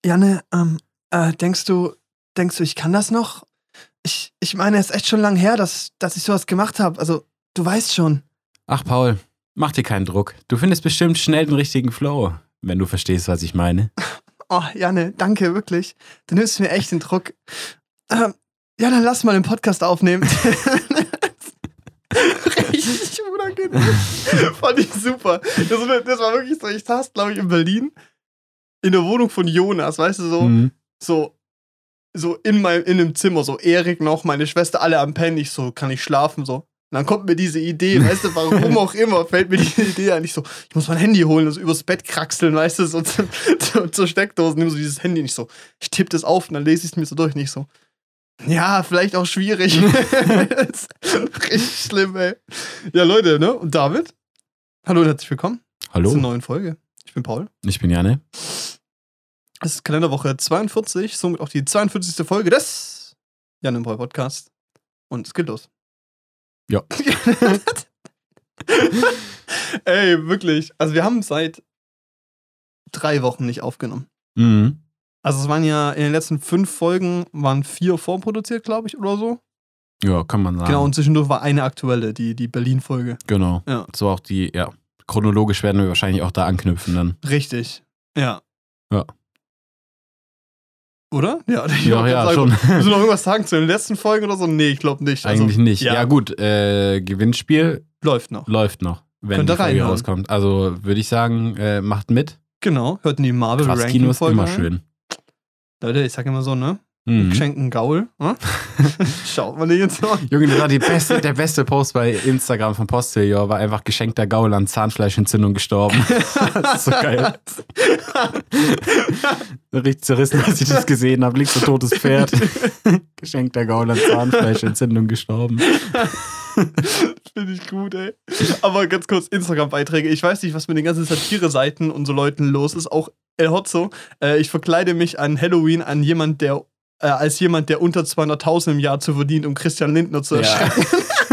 Janne, denkst du, ich kann das noch? Ich meine, es ist echt schon lang her, dass ich sowas gemacht habe. Also, du weißt schon. Ach, Paul, mach dir keinen Druck. Du findest bestimmt schnell den richtigen Flow, wenn du verstehst, was ich meine. Oh, Janne, danke, wirklich. Du nimmst mir echt den Druck. Ja, dann lass mal den Podcast aufnehmen. Richtig unangenehm. Fand ich super. Das war wirklich so, ich saß, glaube ich, in Berlin in der Wohnung von Jonas, weißt du, so in einem Zimmer, so Erik noch, meine Schwester, alle am Pennen, ich so, kann ich schlafen, so. Und dann kommt mir diese Idee, weißt du, warum auch immer, fällt mir diese Idee ein. Ich so, ich muss mein Handy holen, das übers Bett kraxeln, weißt du, so zur Steckdose, nimm so dieses Handy, nicht so, ich tippe das auf und dann lese ich es mir so durch, nicht so. Ja, vielleicht auch schwierig. Das ist richtig schlimm, ey. Ja, Leute, ne? Und David? Hallo und herzlich willkommen. Hallo. Zur neuen Folge. Ich bin Paul. Ich bin Janne. Es ist Kalenderwoche 42, somit auch die 42. Folge des Janne und Paul Podcast. Und es geht los. Ja. Ey, wirklich. Also wir haben seit 3 Wochen nicht aufgenommen. Mhm. Also es waren ja in den letzten 5 Folgen, waren 4 vorproduziert, glaube ich, oder so. Ja, kann man sagen. Genau, und zwischendurch war eine aktuelle, die Berlin-Folge. Genau. Ja. So auch die, ja. Chronologisch werden wir wahrscheinlich auch da anknüpfen dann. Richtig. Ja. Ja. Oder? Ja, Ja, schon. Müssen wir noch irgendwas sagen zu den letzten Folgen oder so? Nee, ich glaube nicht. Eigentlich nicht. Ja, Ja gut, Gewinnspiel läuft noch. läuft noch, wenn Könnt die ihr Folge reinhören. rauskommt. Also würde ich sagen, macht mit. Genau, hört in die Krass, Kino ist Marvel-Ranking-Folge immer rein. schön. Leute, ich sag immer so, ne? Mhm. Geschenken Gaul. Schaut man den jetzt an. Junge, das war der beste Post bei Instagram von Postillion, war einfach geschenkter Gaul an Zahnfleischentzündung gestorben. Das ist so geil. Richtig zerrissen, als ich das gesehen habe. Liegt so totes Pferd. Geschenkter Gaul an Zahnfleischentzündung gestorben. Finde ich gut, ey. Aber ganz kurz, Instagram-Beiträge. Ich weiß nicht, was mit den ganzen Satire-Seiten und so Leuten los ist. Auch El Hotzo. Ich verkleide mich an Halloween als jemand, der unter 200.000 im Jahr zu verdient, um Christian Lindner zu erschrecken.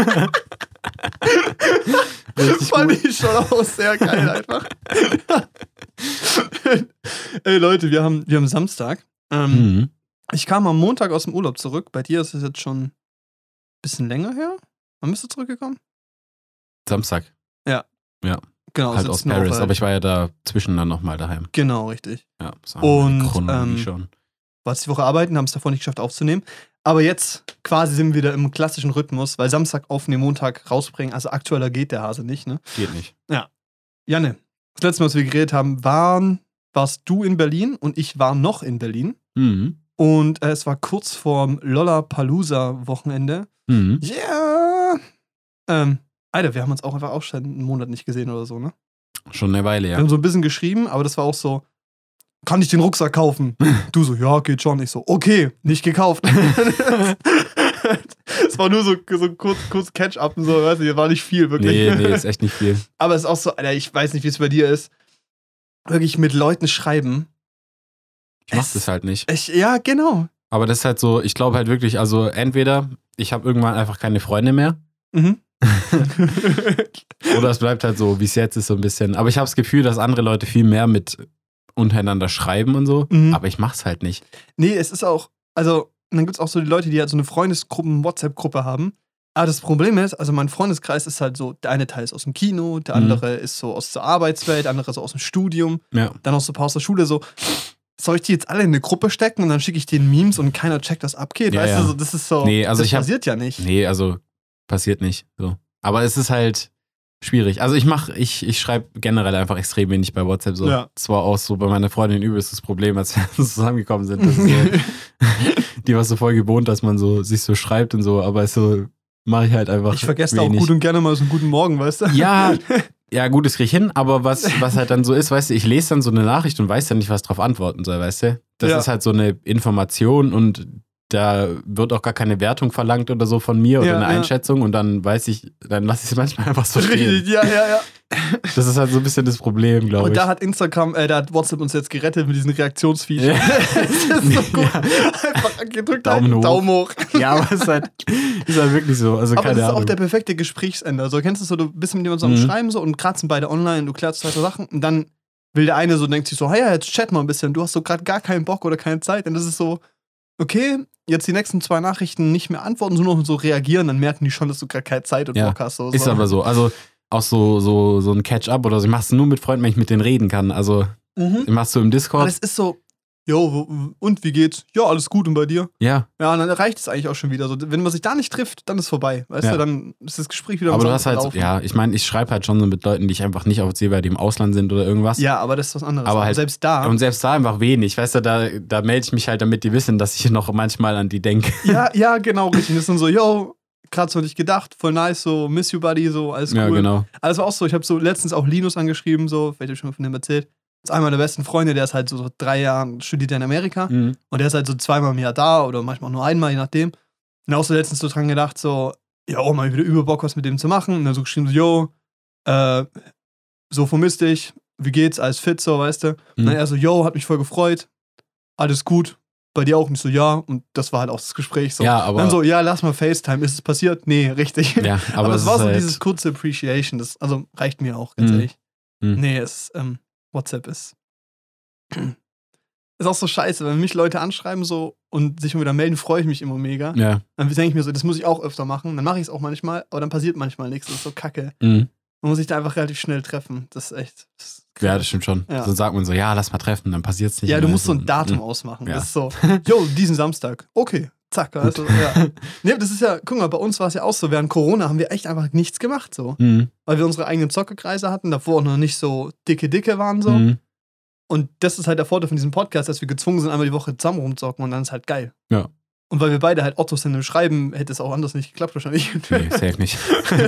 Richtig Fand gut. ich schon auch sehr geil einfach. Ey Leute, wir haben Samstag. Ich kam am Montag aus dem Urlaub zurück. Bei dir ist es jetzt schon ein bisschen länger her. Wann bist du zurückgekommen? Samstag. Genau, Halt aus Paris, aber ich war ja dazwischen dann nochmal daheim. Genau, richtig. Ja, das war Und, eine Chronologie schon. War jetzt die Woche arbeiten, haben es davor nicht geschafft aufzunehmen. Aber jetzt quasi sind wir wieder im klassischen Rhythmus, weil Samstag aufnehmen, Montag rausbringen. Also aktueller geht der Hase nicht, ne? Geht nicht. Janne, das letzte Mal, was wir geredet haben, warst du in Berlin und ich war noch in Berlin. Mhm. Und es war kurz vorm Lollapalooza-Wochenende. Mhm. Yeah! Alter, wir haben uns auch schon einen Monat nicht gesehen oder so, ne? Schon eine Weile, Wir ja. haben so ein bisschen geschrieben, aber das war auch so, kann ich den Rucksack kaufen? Du so, ja, geht schon. Ich so, okay, nicht gekauft. Es war nur so kurz Catch-up und so, weißt du, war nicht viel, wirklich. Nee, ist echt nicht viel. Aber es ist auch so, Alter, ich weiß nicht, wie es bei dir ist. Wirklich mit Leuten schreiben. Ich mach das halt nicht. Ja, genau. Aber das ist halt so, ich glaube halt wirklich, also entweder ich habe irgendwann einfach keine Freunde mehr Mhm. oder es bleibt halt so, wie es jetzt ist, so ein bisschen. Aber ich habe das Gefühl, dass andere Leute viel mehr mit untereinander schreiben und so, Mhm. aber ich mach's halt nicht. Nee, es ist auch, also, dann gibt es auch so die Leute, die halt so eine Freundesgruppen-WhatsApp-Gruppe haben. Aber das Problem ist, also mein Freundeskreis ist halt so, der eine Teil ist aus dem Kino, der andere ist so aus der Arbeitswelt, der andere so aus dem Studium, Ja. dann auch so ein paar aus der Schule, so, soll ich die jetzt alle in eine Gruppe stecken und dann schicke ich denen Memes und keiner checkt, was abgeht? Ja, weißt ja. du, so, das ist so, Nee, also das passiert ja nicht. Nee, also passiert nicht. So. Aber es ist halt schwierig. Also ich schreibe generell einfach extrem wenig bei WhatsApp. So. Ja. Das war auch so bei meiner Freundin übelst das Problem, als wir zusammengekommen sind. Das ist so, die war so voll gewohnt, dass man so sich so schreibt und so, aber so mache ich halt einfach Ich vergesse auch wenig. gut und gerne mal so einen guten Morgen, weißt du? Ja, gut, das krieg ich hin, aber was halt dann so ist, weißt du, ich lese dann so eine Nachricht und weiß dann nicht, was drauf antworten soll, weißt du? Das Ja. ist halt so eine Information und da wird auch gar keine Wertung verlangt oder so von mir oder Ja, eine ja. Einschätzung und dann lasse ich es manchmal einfach so stehen. Richtig, ja. Das ist halt so ein bisschen das Problem, glaube ich. Und da hat da hat WhatsApp uns jetzt gerettet mit diesen Reaktionsfeature. Ja. Das ist so gut. Ja. Einfach gedrückt, Daumen hoch. Daumen hoch. Ja, aber es ist halt wirklich so. Also Aber keine das ist Ahnung. auch der perfekte Gesprächsender. So, kennst du so, du bist mit jemandem so am Schreiben so und gerade sind beide online, du klärst 2 Sachen und dann will der eine so, denkt sich so, hey, ja, jetzt chat mal ein bisschen, du hast so gerade gar keinen Bock oder keine Zeit. Und das ist so, okay, jetzt die nächsten 2 Nachrichten nicht mehr antworten, sondern nur so reagieren, dann merken die schon, dass du gerade keine Zeit und Bock hast. So. Ist aber so. Also auch so ein Catch-up oder so. Ich mach's nur mit Freunden, wenn ich mit denen reden kann. Also machst du im Discord. Aber das ist so, jo, und wie geht's? Ja, alles gut und bei dir? Ja. Ja, und dann reicht es eigentlich auch schon wieder. So, wenn man sich da nicht trifft, dann ist vorbei. Weißt du, dann ist das Gespräch wieder aber du hast halt, ich meine, ich schreibe halt schon so mit Leuten, die ich einfach nicht aufziehe, weil die im Ausland sind oder irgendwas. Ja, aber das ist was anderes. Aber halt, selbst da. Und selbst da einfach wenig. Weißt du, da melde ich mich halt, damit die wissen, dass ich noch manchmal an die denke. Ja, genau, richtig. Das ist dann so, yo, gerade so nicht gedacht, voll nice, so, miss you, buddy, so, alles cool. Ja, genau. Also auch so, ich habe so letztens auch Linus angeschrieben, so, vielleicht habe ich schon mal von dem erzählt. Das ist einer meiner besten Freunde, der ist halt so 3 Jahre, studiert in Amerika. Und der ist halt so 2-mal im Jahr da oder manchmal nur einmal, je nachdem. Und auch so letztens so dran gedacht, so, ja, oh, mal wieder über Bock, was mit dem zu machen. Und dann so geschrieben, so, yo, so vermisst dich, wie geht's, alles fit, so, weißt du. Und dann er so, yo, hat mich voll gefreut, alles gut, bei dir auch nicht so, ja. Und das war halt auch das Gespräch so. Ja, aber dann so, ja, lass mal FaceTime, ist es passiert? Nee, richtig. Ja, aber es war so halt dieses kurze Appreciation, das, also reicht mir auch, ganz ehrlich. Nee, WhatsApp ist auch so scheiße, wenn mich Leute anschreiben so und sich schon wieder melden, freue ich mich immer mega. Ja. Dann denke ich mir so, das muss ich auch öfter machen. Dann mache ich es auch manchmal, aber dann passiert manchmal nichts. Das ist so kacke. Man muss sich da einfach relativ schnell treffen. Das ist echt. Ja, das stimmt schon. Ja. So sagt man so, ja, lass mal treffen, dann passiert's nicht. Ja, du musst so so ein Datum ausmachen. Ja. Das ist so, yo, diesen Samstag. Okay, zack. Also, ja. Nee, das ist ja, guck mal, bei uns war es ja auch so, während Corona haben wir echt einfach nichts gemacht so. Weil wir unsere eigenen Zockekreise hatten, davor auch noch nicht so dicke waren so. Und das ist halt der Vorteil von diesem Podcast, dass wir gezwungen sind, einmal die Woche zusammen rumzocken und dann ist halt geil. Ja. Und weil wir beide halt Ottos sind im Schreiben, hätte es auch anders nicht geklappt wahrscheinlich. Nee, safe nicht.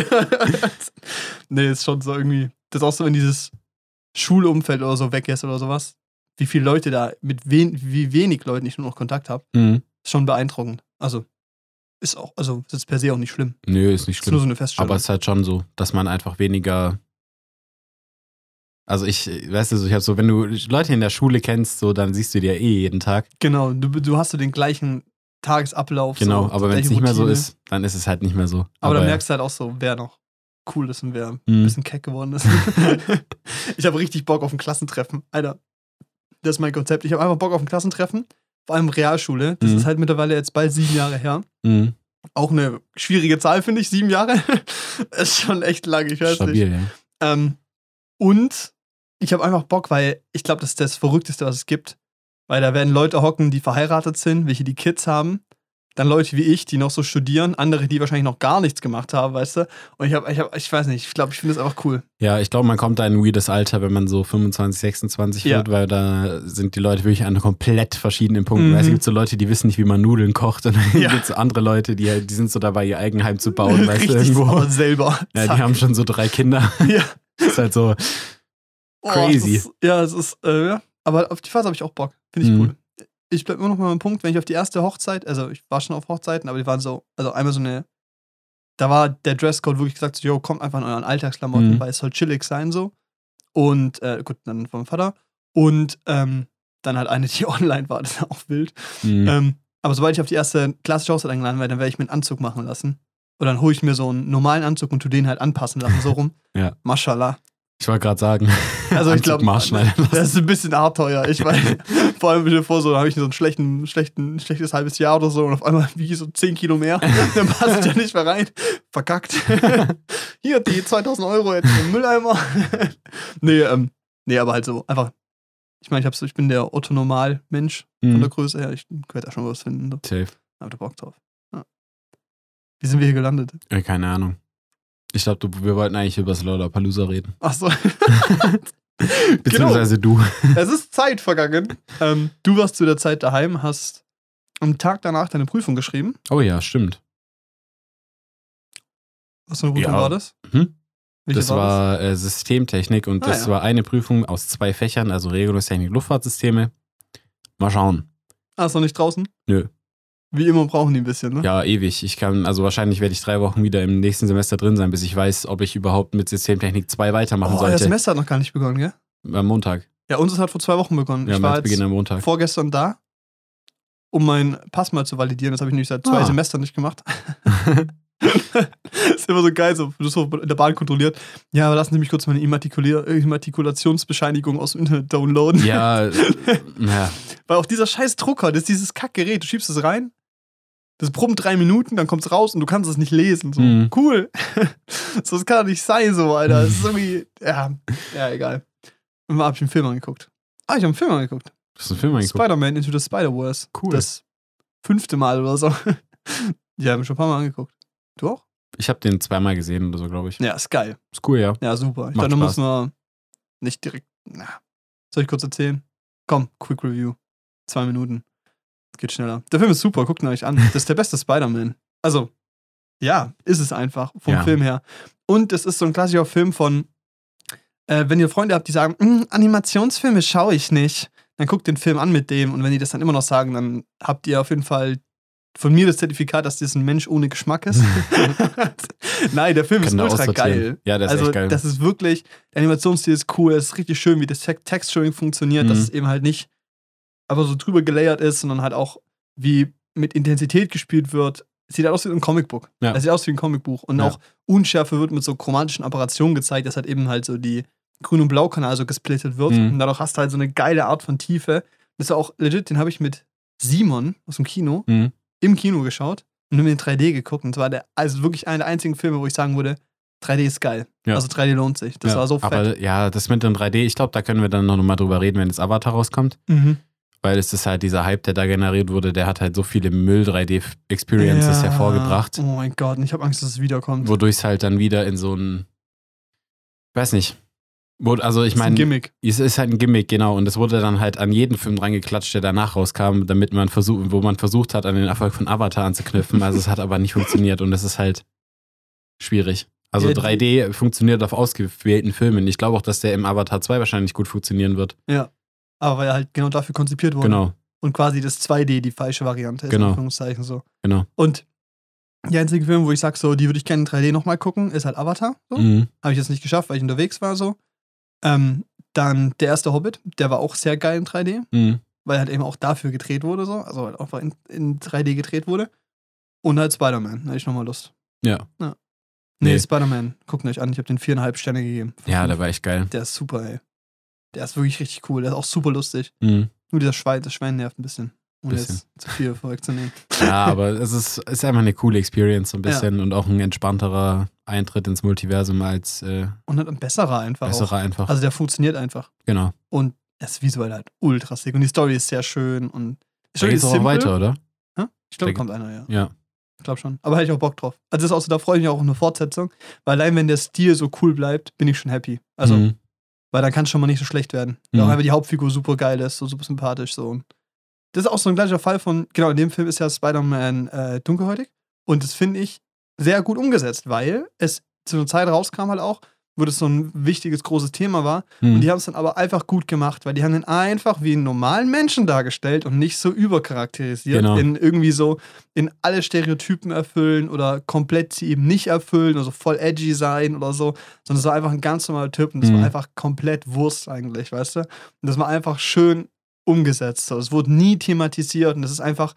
Nee, ist schon so irgendwie, das ist auch so, wenn dieses Schulumfeld oder so weg ist oder sowas, wie viele Leute da, wie wenig Leuten ich nur noch Kontakt habe, ist schon beeindruckend. Also, ist jetzt per se auch nicht schlimm. Nö, ist nicht schlimm. Ist nur so eine Feststellung. Aber es ist halt schon so, dass man einfach weniger. Also weißt du, ich habe so, wenn du Leute in der Schule kennst, so, dann siehst du die ja jeden Tag. Genau, du hast so den gleichen Tagesablauf. Genau, so, aber wenn es nicht mehr so ist, dann ist es halt nicht mehr so. Aber dann merkst du halt auch so, wer noch cool ist und wer ein bisschen keck geworden ist. Ich habe richtig Bock auf ein Klassentreffen. Alter, das ist mein Konzept. Ich habe einfach Bock auf ein Klassentreffen, vor allem Realschule. Das ist halt mittlerweile jetzt bald 7 Jahre her. Auch eine schwierige Zahl, finde ich, 7 Jahre. Ist schon echt lang, ich weiß Stabil, nicht. Ja. Und ich habe einfach Bock, weil ich glaube, das ist das Verrückteste, was es gibt. Weil da werden Leute hocken, die verheiratet sind, welche die Kids haben. Dann Leute wie ich, die noch so studieren. Andere, die wahrscheinlich noch gar nichts gemacht haben, weißt du. Und ich weiß nicht, ich glaube, ich finde das einfach cool. Ja, ich glaube, man kommt da in ein weirdes Alter, wenn man so 25, 26 wird, weil da sind die Leute wirklich an komplett verschiedenen Punkten. Weißt du, es gibt so Leute, die wissen nicht, wie man Nudeln kocht. Und dann gibt es so andere Leute, die sind so dabei, ihr Eigenheim zu bauen, weißt du, irgendwo. Aber selber. Ja, die haben schon so 3 Kinder. Ja. Das ist halt so crazy. Es ist, ja. Aber auf die Phase habe ich auch Bock. Finde ich cool. Ich bleibe immer noch mal beim Punkt, wenn ich auf die erste Hochzeit, also ich war schon auf Hochzeiten, aber die waren so, also einmal so eine, da war der Dresscode wirklich gesagt, so, yo, kommt einfach in euren Alltagsklamotten, weil es soll chillig sein so. Und, gut, dann vom Vater. Und dann halt eine, die online war, das ist auch wild. Aber sobald ich auf die erste klassische Hochzeit eingeladen werde, dann werde ich mir einen Anzug machen lassen. Und dann hole ich mir so einen normalen Anzug und tu den halt anpassen lassen, so rum. Ja. Mashallah. Ich wollte gerade sagen, also ich glaube, das ist ein bisschen Abenteuer. Ich weiß, vor allem wieder vor, so, da habe ich so ein schlechtes halbes Jahr oder so und auf einmal wiege ich so 10 Kilo mehr. Dann passt ja nicht mehr rein. Verkackt. Hier, die 2000 Euro jetzt im Mülleimer. Nee, aber halt so einfach. Ich meine, ich bin der Otto-Normal-Mensch von der Größe her. Ich werde da schon was finden. So. Safe. Hab da Bock drauf. Ja. Wie sind wir hier gelandet? Keine Ahnung. Ich glaube, wir wollten eigentlich über das Lollapalooza reden. Ach so. Beziehungsweise du. Es ist Zeit vergangen. Du warst zu der Zeit daheim, hast am Tag danach deine Prüfung geschrieben. Oh ja, stimmt. Was für eine Prüfung war das? Das war Systemtechnik und das war eine Prüfung aus 2 Fächern, also Regelungstechnik, Luftfahrtsysteme. Mal schauen. Ist noch nicht draußen? Nö. Wie immer brauchen die ein bisschen, ne? Ja, ewig. Wahrscheinlich werde ich 3 Wochen wieder im nächsten Semester drin sein, bis ich weiß, ob ich überhaupt mit Systemtechnik 2 weitermachen sollte. Das Semester hat noch gar nicht begonnen, gell? Am Montag. Ja, uns hat vor 2 Wochen begonnen. Ja, ich war Beginn am Montag. Vorgestern da, um meinen Pass mal zu validieren. Das habe ich nämlich seit 2 Semestern nicht gemacht. Ist immer so geil, so, du so in der Bahn kontrolliert. Ja, aber lassen Sie mich kurz meine Immatrikulationsbescheinigung aus dem Internet downloaden. Ja. Weil auch dieser scheiß Drucker, das ist dieses Kackgerät, du schiebst es rein, das brummt 3 Minuten, dann kommt es raus und du kannst es nicht lesen. So, cool. So, das kann doch nicht sein, so, Alter. Das ist irgendwie, ja, egal. Und mal hab ich einen Film angeguckt. Ich habe einen Film angeguckt. Hast du einen Film angeguckt? Spider-Man Into the Spider-Verse. Cool. Das 5. Mal oder so. Ja, habe ich schon ein paar Mal angeguckt. Du auch? Ich habe den 2-mal gesehen oder so, glaube ich. Ja, ist geil. Ist cool, ja. Ja, super. Ich Macht dachte, da Spaß. muss man nicht direkt. Soll ich kurz erzählen? Komm, Quick Review. 2 Minuten. Geht schneller. Der Film ist super, guckt ihn euch an. Das ist der beste Spider-Man. Also, ja, ist es einfach vom Film her. Und es ist so ein klassischer Film von, wenn ihr Freunde habt, die sagen, Animationsfilme schaue ich nicht, dann guckt den Film an mit dem und wenn die das dann immer noch sagen, dann habt ihr auf jeden Fall von mir das Zertifikat, dass das ein Mensch ohne Geschmack ist. Nein, der Film ist ultra geil. Ja, der ist echt geil. Das ist wirklich, der Animationsstil ist cool, es ist richtig schön, wie das Texturing funktioniert, dass es eben halt nicht aber so drüber gelayert ist, sondern halt auch, wie mit Intensität gespielt wird. Es sieht halt aus wie ein Comicbook. Ja. Es sieht aus wie ein Comicbuch. Und auch Unschärfe wird mit so chromatischen Apparationen gezeigt, dass halt eben halt so die Grün- und Blaukanal so gesplittet wird. Und dadurch hast du halt so eine geile Art von Tiefe. Das ist auch legit, den habe ich mit Simon aus dem Kino im Kino geschaut und haben in 3D geguckt. Und zwar also wirklich einer der einzigen Filme, wo ich sagen würde, 3D ist geil. Ja. Also 3D lohnt sich. Das war so fett. Aber ja, das mit dem 3D, ich glaube, da können wir dann noch mal drüber reden, wenn das Avatar rauskommt. Weil es ist halt dieser Hype, der da generiert wurde, der hat halt so viele Müll-3D-Experiences hervorgebracht. Oh mein Gott, und ich habe Angst, dass es wiederkommt. Wodurch es halt dann wieder in so ein, weiß nicht. Also ich meine, es ist halt ein Gimmick, genau. Und es wurde dann halt an jeden Film dran geklatscht, der danach rauskam, damit man versucht hat, an den Erfolg von Avatar anzuknüpfen. Also es hat aber nicht funktioniert und es ist halt schwierig. Also 3D funktioniert auf ausgewählten Filmen. Ich glaube auch, dass der im Avatar 2 wahrscheinlich gut funktionieren wird. Ja. Aber weil er halt genau dafür konzipiert wurde. Genau. Und quasi das 2D die falsche Variante ist, genau. in Anführungszeichen so. Genau. Und der einzige Film, wo ich sag, so, die würde ich gerne in 3D nochmal gucken, ist halt Avatar. So. Habe ich jetzt nicht geschafft, weil ich unterwegs war so. Dann der erste Hobbit, der war auch sehr geil in 3D, weil halt eben auch dafür gedreht wurde, so. Also halt auch in 3D gedreht wurde. Und halt Spider-Man, da hatte ich nochmal Lust. Ja. Nee, Spider-Man, guckt euch an, ich habe den 4,5 Sterne gegeben. Ja, der war echt geil. Der ist super, ey. Der ist wirklich richtig cool, der ist auch super lustig. Nur das Schwein nervt ein bisschen. Um jetzt zu viel vorwegzunehmen. Ja, aber es ist einfach eine coole Experience, so ein bisschen und auch ein entspannterer Eintritt ins Multiversum als. Und halt ein besserer einfach. Einfach. Also der funktioniert einfach. Genau. Und er ist visuell halt ultra sick. Und die Story ist sehr schön. Und da geht's auch weiter, oder? Ich glaube, da kommt einer, ja. Ja. Ich glaube schon. Aber hätte ich auch Bock drauf. Also das ist auch so, da freue ich mich auch auf eine Fortsetzung. Weil allein wenn der Stil so cool bleibt, bin ich schon happy. Also, weil dann kann es schon mal nicht so schlecht werden. Weil auch einfach die Hauptfigur super geil ist, so super sympathisch so. Und das ist auch so ein gleicher Fall von, genau, in dem Film ist ja Spider-Man dunkelhäutig. Und das finde ich sehr gut umgesetzt, weil es zu einer Zeit rauskam halt auch, wo das so ein wichtiges, großes Thema war. Und die haben es dann aber einfach gut gemacht, weil die haben ihn einfach wie einen normalen Menschen dargestellt und nicht so übercharakterisiert. Genau. In irgendwie so in alle Stereotypen erfüllen oder komplett sie eben nicht erfüllen, also voll edgy sein oder so, sondern es war einfach ein ganz normaler Typ und das war einfach komplett Wurst eigentlich, weißt du? Und das war einfach schön umgesetzt. So. Es wurde nie thematisiert und das ist einfach,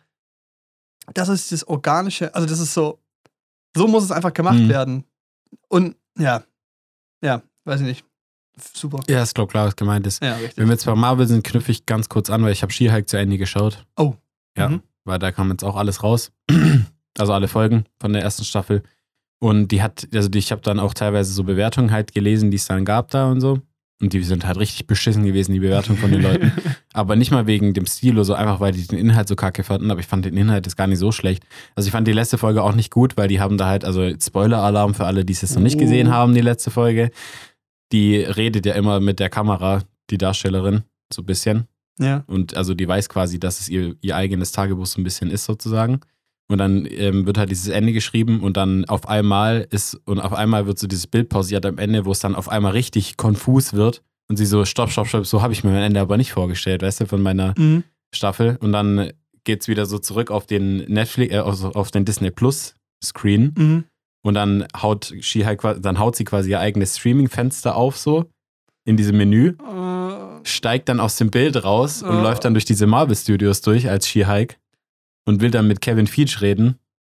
das ist das Organische, also das ist so muss es einfach gemacht werden. Und ja, weiß ich nicht. Super. Ja, ist klar, was gemeint ist. Ja, richtig. Wenn wir jetzt bei Marvel sind, knüpfe ich ganz kurz an, weil ich habe She-Hulk zu Ende geschaut. Oh. Ja, weil da kam jetzt auch alles raus. Also alle Folgen von der ersten Staffel. Und ich habe dann auch teilweise so Bewertungen halt gelesen, die es dann gab da und so. Und die sind halt richtig beschissen gewesen, die Bewertung von den Leuten. Aber nicht mal wegen dem Stil oder so, einfach weil die den Inhalt so kacke fanden. Aber ich fand den Inhalt jetzt gar nicht so schlecht. Also ich fand die letzte Folge auch nicht gut, weil die haben da halt, also Spoiler-Alarm für alle, die es jetzt noch nicht gesehen haben, die letzte Folge. Die redet ja immer mit der Kamera, die Darstellerin, so ein bisschen. Ja. Und also die weiß quasi, dass es ihr eigenes Tagebuch so ein bisschen ist sozusagen. Und dann wird halt dieses Ende geschrieben und dann auf einmal wird so dieses Bild pausiert am Ende, wo es dann auf einmal richtig konfus wird und sie so, stopp, so habe ich mir mein Ende aber nicht vorgestellt, weißt du, von meiner Staffel. Und dann geht's wieder so zurück auf den Netflix, auf den Disney Plus Screen und dann haut sie quasi ihr eigenes Streaming-Fenster auf so in diesem Menü, steigt dann aus dem Bild raus und läuft dann durch diese Marvel Studios durch als She-Hulk. Und will dann mit Kevin Feige reden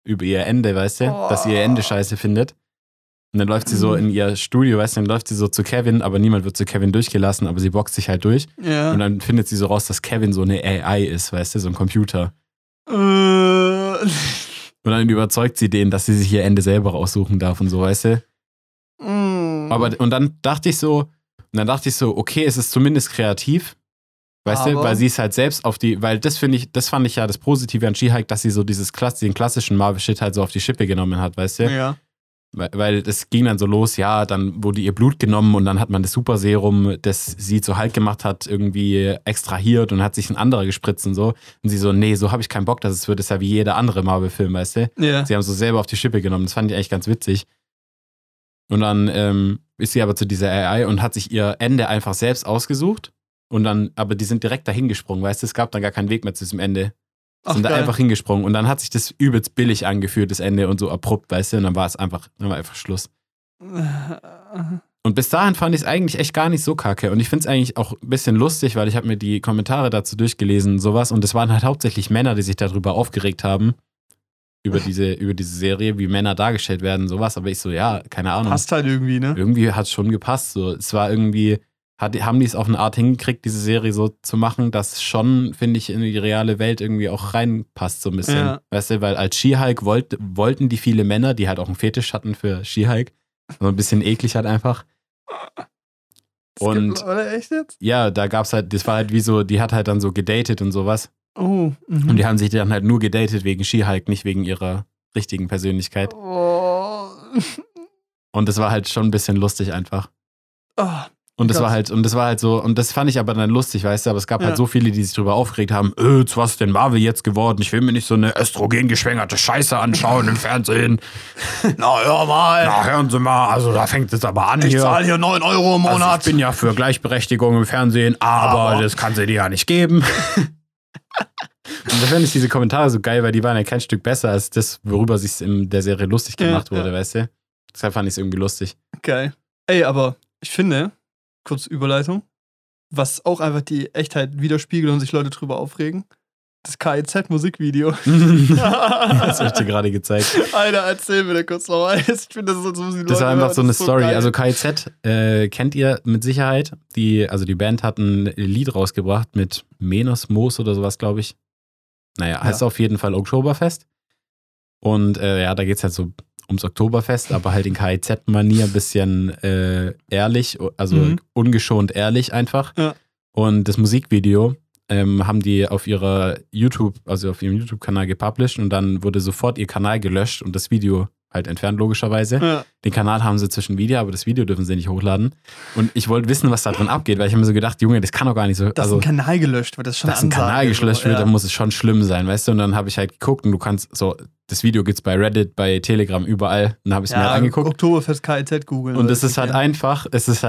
über ihr Ende, weißt du, dass sie ihr Ende scheiße findet. Und dann läuft sie so in ihr Studio, weißt du, dann läuft sie so zu Kevin, aber niemand wird zu Kevin durchgelassen, aber sie boxt sich halt durch. Ja. Und dann findet sie so raus, dass Kevin so eine AI ist, weißt du, so ein Computer. Und dann überzeugt sie den, dass sie sich ihr Ende selber raussuchen darf und so, weißt du. Und dann dachte ich so, okay, es ist zumindest kreativ, weißt du, weil sie ist halt selbst weil das fand ich ja das Positive an She-Hulk, dass sie so den klassischen Marvel-Shit halt so auf die Schippe genommen hat, weißt du. Ja. Weil das ging dann so los, ja, dann wurde ihr Blut genommen und dann hat man das Super-Serum, das sie zu Hulk gemacht hat, irgendwie extrahiert und hat sich ein anderer gespritzt und so. Und sie so, nee, so habe ich keinen Bock, dass es wird. Das ist ja wie jeder andere Marvel-Film, weißt du? Ja. Sie haben so selber auf die Schippe genommen. Das fand ich eigentlich ganz witzig. Und dann ist sie aber zu dieser AI und hat sich ihr Ende einfach selbst ausgesucht. Und dann, aber die sind direkt dahin gesprungen, weißt du? Es gab dann gar keinen Weg mehr zu diesem Ende. Sind da einfach hingesprungen und dann hat sich das übelst billig angefühlt, das Ende und so abrupt, weißt du, und dann war einfach Schluss. Und bis dahin fand ich es eigentlich echt gar nicht so kacke und ich finde es eigentlich auch ein bisschen lustig, weil ich habe mir die Kommentare dazu durchgelesen und sowas und es waren halt hauptsächlich Männer, die sich darüber aufgeregt haben, über diese Serie, wie Männer dargestellt werden, sowas, aber ich so, ja, keine Ahnung. Passt halt irgendwie, ne? Irgendwie hat es schon gepasst, so, es war irgendwie... haben die es auf eine Art hingekriegt, diese Serie so zu machen, dass schon, finde ich, in die reale Welt irgendwie auch reinpasst so ein bisschen. Ja. Weißt du, weil als She-Hulk wollten die viele Männer, die halt auch einen Fetisch hatten für She-Hulk, so ein bisschen eklig halt einfach. Oder echt jetzt? Ja, da gab's halt, das war halt wie so, die hat halt dann so gedatet und sowas. Oh. Und die haben sich dann halt nur gedatet wegen She-Hulk, nicht wegen ihrer richtigen Persönlichkeit. Oh. Und das war halt schon ein bisschen lustig einfach. Oh. Und das war halt so, und das fand ich aber dann lustig, weißt du, aber es gab halt so viele, die sich darüber aufgeregt haben, was ist denn Marvel jetzt geworden? Ich will mir nicht so eine östrogengeschwängerte Scheiße anschauen im Fernsehen. Na, hör mal. Na, hören Sie mal, also da fängt es aber an ich hier. Ich zahle hier 9 Euro im Monat. Also ich bin ja für Gleichberechtigung im Fernsehen, aber das kann sie dir ja nicht geben. Und da fand ich diese Kommentare so geil, weil die waren ja kein Stück besser als das, worüber sich in der Serie lustig gemacht wurde, weißt du? Deshalb fand ich es irgendwie lustig. Geil. Ey, aber ich finde... Kurz Überleitung. Was auch einfach die Echtheit widerspiegelt und sich Leute drüber aufregen. Das KIZ-Musikvideo. Das habe ich dir gerade gezeigt. Alter, erzähl mir da kurz noch. Ich finde, das war einfach so eine Story. So also KIZ kennt ihr mit Sicherheit. Die Band hat ein Lied rausgebracht mit Menos Moos oder sowas, glaube ich. Naja, heißt auf jeden Fall Oktoberfest. Und da geht es halt so ums Oktoberfest, aber halt in KIZ-Manier ein bisschen ehrlich, also ungeschont ehrlich einfach. Ja. Und das Musikvideo haben die auf ihrem YouTube-Kanal gepublished und dann wurde sofort ihr Kanal gelöscht und das Video halt entfernt, logischerweise. Ja. Den Kanal haben sie zwischen Video, aber das Video dürfen sie nicht hochladen. Und ich wollte wissen, was da drin abgeht, weil ich habe mir so gedacht, Junge, das kann doch gar nicht so... Dass ein Kanal gelöscht wird, das ist schon Dass ein Kanal gelöscht wird, dann muss es schon schlimm sein, weißt du? Und dann habe ich halt geguckt und du kannst so... Das Video gibt's bei Reddit, bei Telegram, überall. Und dann habe ich es mir halt angeguckt. Oktoberfest KIZ googeln. Und es ist halt einfach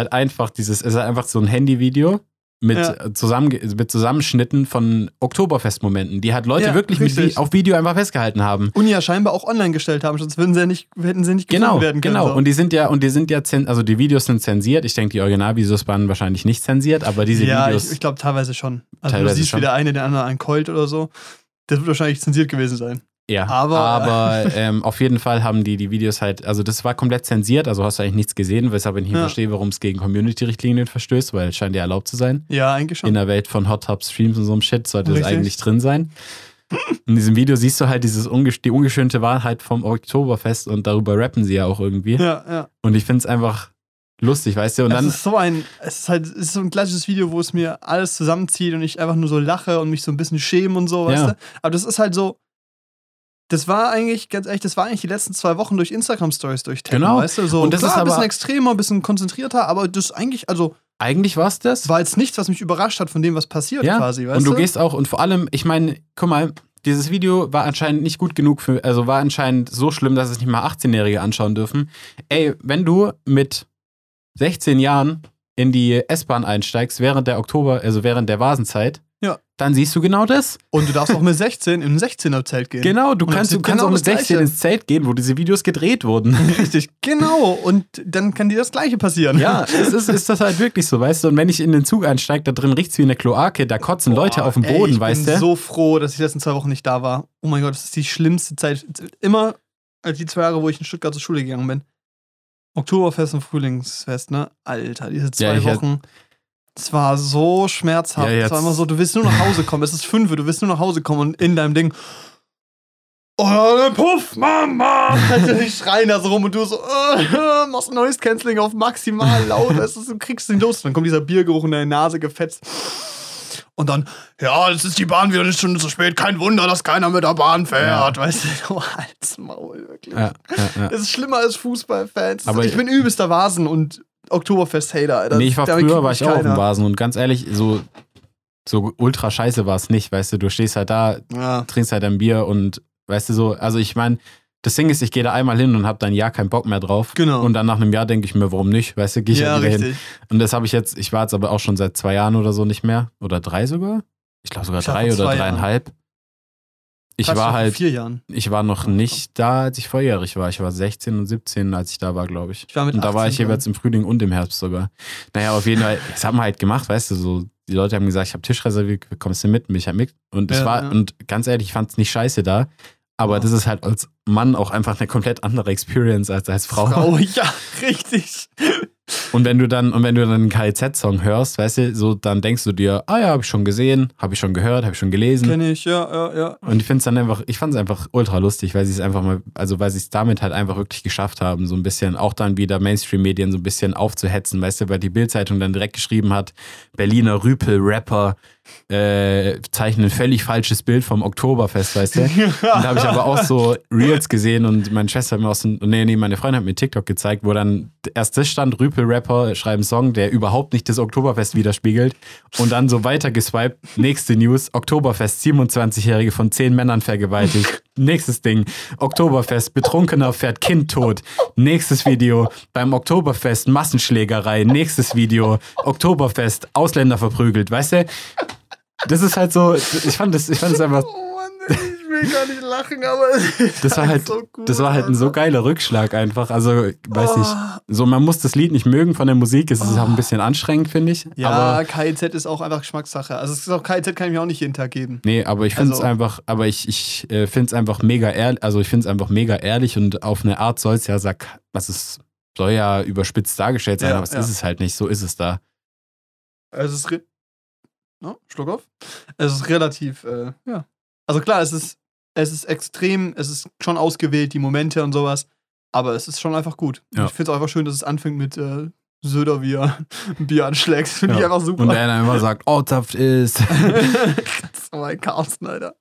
so ein Handyvideo mit Zusammenschnitten von Oktoberfest-Momenten, die halt Leute wirklich auf Video einfach festgehalten haben. Und ja scheinbar auch online gestellt haben, sonst hätten sie nicht gefunden werden können. Genau, so. und die sind ja also die Videos sind zensiert. Ich denke, die Originalvideos waren wahrscheinlich nicht zensiert, aber diese Videos... Ja, ich glaube teilweise schon. Also du siehst, wie der eine den anderen ankeult oder so. Das wird wahrscheinlich zensiert gewesen sein. Ja, aber auf jeden Fall haben die Videos halt, also das war komplett zensiert, also hast du eigentlich nichts gesehen, weshalb ich nicht verstehe, warum es gegen Community-Richtlinien verstößt, weil es scheint ja erlaubt zu sein. Ja, eigentlich schon. In der Welt von Hot Tub Streams und so einem Shit sollte das eigentlich drin sein. In diesem Video siehst du halt die ungeschönte Wahrheit vom Oktoberfest und darüber rappen sie ja auch irgendwie. Ja. Und ich finde es einfach lustig, weißt du? Und es ist so ein klassisches Video, wo es mir alles zusammenzieht und ich einfach nur so lache und mich so ein bisschen schäme und so, weißt du? Aber das ist halt so, das war eigentlich, ganz ehrlich, die letzten 2 Wochen durch Instagram-Stories durchtaggen, weißt du? So, und das klar, ist aber ein bisschen extremer, ein bisschen konzentrierter, aber das eigentlich, also... Eigentlich war es das. War jetzt nichts, was mich überrascht hat von dem, was passiert quasi, weißt du? Und du gehst auch, und vor allem, ich meine, guck mal, dieses Video war anscheinend nicht gut genug war anscheinend so schlimm, dass es nicht mal 18-Jährige anschauen dürfen. Ey, wenn du mit 16 Jahren in die S-Bahn einsteigst, während der Vasenzeit, dann siehst du genau das. Und du darfst auch mit 16 in ein 16er-Zelt gehen. Genau, du kannst auch mit 16 ins Zelt gehen, wo diese Videos gedreht wurden. Richtig, genau. Und dann kann dir das Gleiche passieren. Ja, ist das halt wirklich so, weißt du? Und wenn ich in den Zug einsteige, da drin riecht's wie eine Kloake, da kotzen Leute auf dem Boden, weißt du? Ich bin so froh, dass ich letzten 2 Wochen nicht da war. Oh mein Gott, das ist die schlimmste Zeit. Immer als die 2 Jahre, wo ich in Stuttgart zur Schule gegangen bin. Oktoberfest und Frühlingsfest, ne? Alter, diese 2 Wochen. Es war so schmerzhaft. Es war immer so, du willst nur nach Hause kommen. Es ist 5 Uhr, du willst nur nach Hause kommen und in deinem Ding. Oh, Puff, Mama! Die schreien da so rum und du so, machst ein Noise Cancelling auf maximal laut. Du kriegst den los. Dann kommt dieser Biergeruch in deine Nase gefetzt. Und dann, ja, jetzt ist die Bahn wieder eine Stunde zu spät. Kein Wunder, dass keiner mit der Bahn fährt. Ja. Weißt du, halt's Maul, wirklich. Ja. Es ist schlimmer als Fußballfans. Aber ich bin übelster Vasen- und Oktoberfest-Hater, Alter. Nee, früher war ich auch auf dem Vasen und ganz ehrlich, so ultra scheiße war es nicht, weißt du stehst halt da, trinkst halt ein Bier und weißt du so, also ich meine, das Ding ist, ich gehe da einmal hin und habe dann ein Jahr keinen Bock mehr drauf. Genau. Und dann nach einem Jahr denke ich mir, warum nicht, weißt du, gehe ich halt wieder hin. Und das habe ich jetzt aber auch schon seit 2 Jahren oder so nicht mehr, oder 3 sogar? Ich glaube sogar 3 oder 3,5. Ich war halt, 4 Jahren. Ich war noch nicht da, als ich volljährig war. Ich war 16 und 17, als ich da war, glaube ich. Ich war mit 18, und da war ich jeweils im Frühling und im Herbst sogar. Naja, auf jeden Fall, das haben wir halt gemacht, weißt du, so, die Leute haben gesagt, ich habe Tisch reserviert, kommst du mit? Bin ich halt mit. Und und ganz ehrlich, ich fand es nicht scheiße da, aber das ist halt als Mann auch einfach eine komplett andere Experience als Frau. Ja, richtig. Und wenn du dann einen KIZ-Song hörst, weißt du, so, dann denkst du dir, ja, habe ich schon gesehen, habe ich schon gehört, habe ich schon gelesen. Kenn ich, ja. Und ich fand es einfach ultra lustig, weil sie es einfach mal, also weil sie es damit halt einfach wirklich geschafft haben, so ein bisschen auch dann wieder Mainstream-Medien so ein bisschen aufzuhetzen, weißt du, weil die Bild-Zeitung dann direkt geschrieben hat, Berliner Rüpel-Rapper zeichnen ein völlig falsches Bild vom Oktoberfest, weißt du? Und da habe ich aber auch so Reels gesehen und meine Schwester hat mir meine Freundin hat mir TikTok gezeigt, wo dann erst das stand, Rüpel-Rapper schreiben einen Song, der überhaupt nicht das Oktoberfest widerspiegelt und dann so weiter geswiped, nächste News, Oktoberfest, 27-Jährige von 10 Männern vergewaltigt. Nächstes Ding, Oktoberfest, Betrunkener fährt Kind tot. Nächstes Video, beim Oktoberfest Massenschlägerei. Nächstes Video, Oktoberfest, Ausländer verprügelt, weißt du? Das ist halt so, ich fand das einfach... Oh Mann, ich will gar nicht lachen, aber das war halt so gut, das war halt ein so geiler Rückschlag einfach. Also, weiß nicht, so man muss das Lied nicht mögen von der Musik, es ist auch ein bisschen anstrengend, finde ich. Ja, aber KIZ ist auch einfach Geschmackssache. Also es ist auch KIZ kann ich mir auch nicht jeden Tag geben. Nee, aber ich finde es einfach, ich finde es einfach mega ehrlich, also ich finde es einfach mega ehrlich und auf eine Art soll es ja soll ja überspitzt dargestellt sein, aber es ist es halt nicht, so ist es da. Es ist Schluck auf. Es ist relativ, ja. Also klar, es ist extrem, es ist schon ausgewählt, die Momente und sowas, aber es ist schon einfach gut. Ja. Ich finde es auch einfach schön, dass es anfängt mit Söder, wie er ein Bier anschlägt. Finde ich einfach super. Und er dann immer sagt, Ortssaft ist. Das ist mein Carsten, Alter.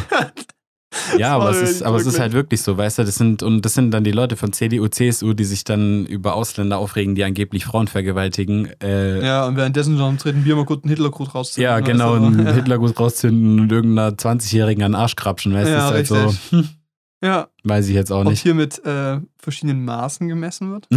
Ja, aber es ist halt wirklich so, weißt du, das sind dann die Leute von CDU, CSU, die sich dann über Ausländer aufregen, die angeblich Frauen vergewaltigen. Ja, und währenddessen so am dritten Bier mal kurz einen Hitlergruß rauszünden. Ja, genau, einen Hitlergruß rauszünden und irgendeiner 20-Jährigen an den Arsch krapschen, weißt du, ja, das ist halt richtig. So. Ja. Weiß ich jetzt auch nicht. Ob hier mit verschiedenen Maßen gemessen wird?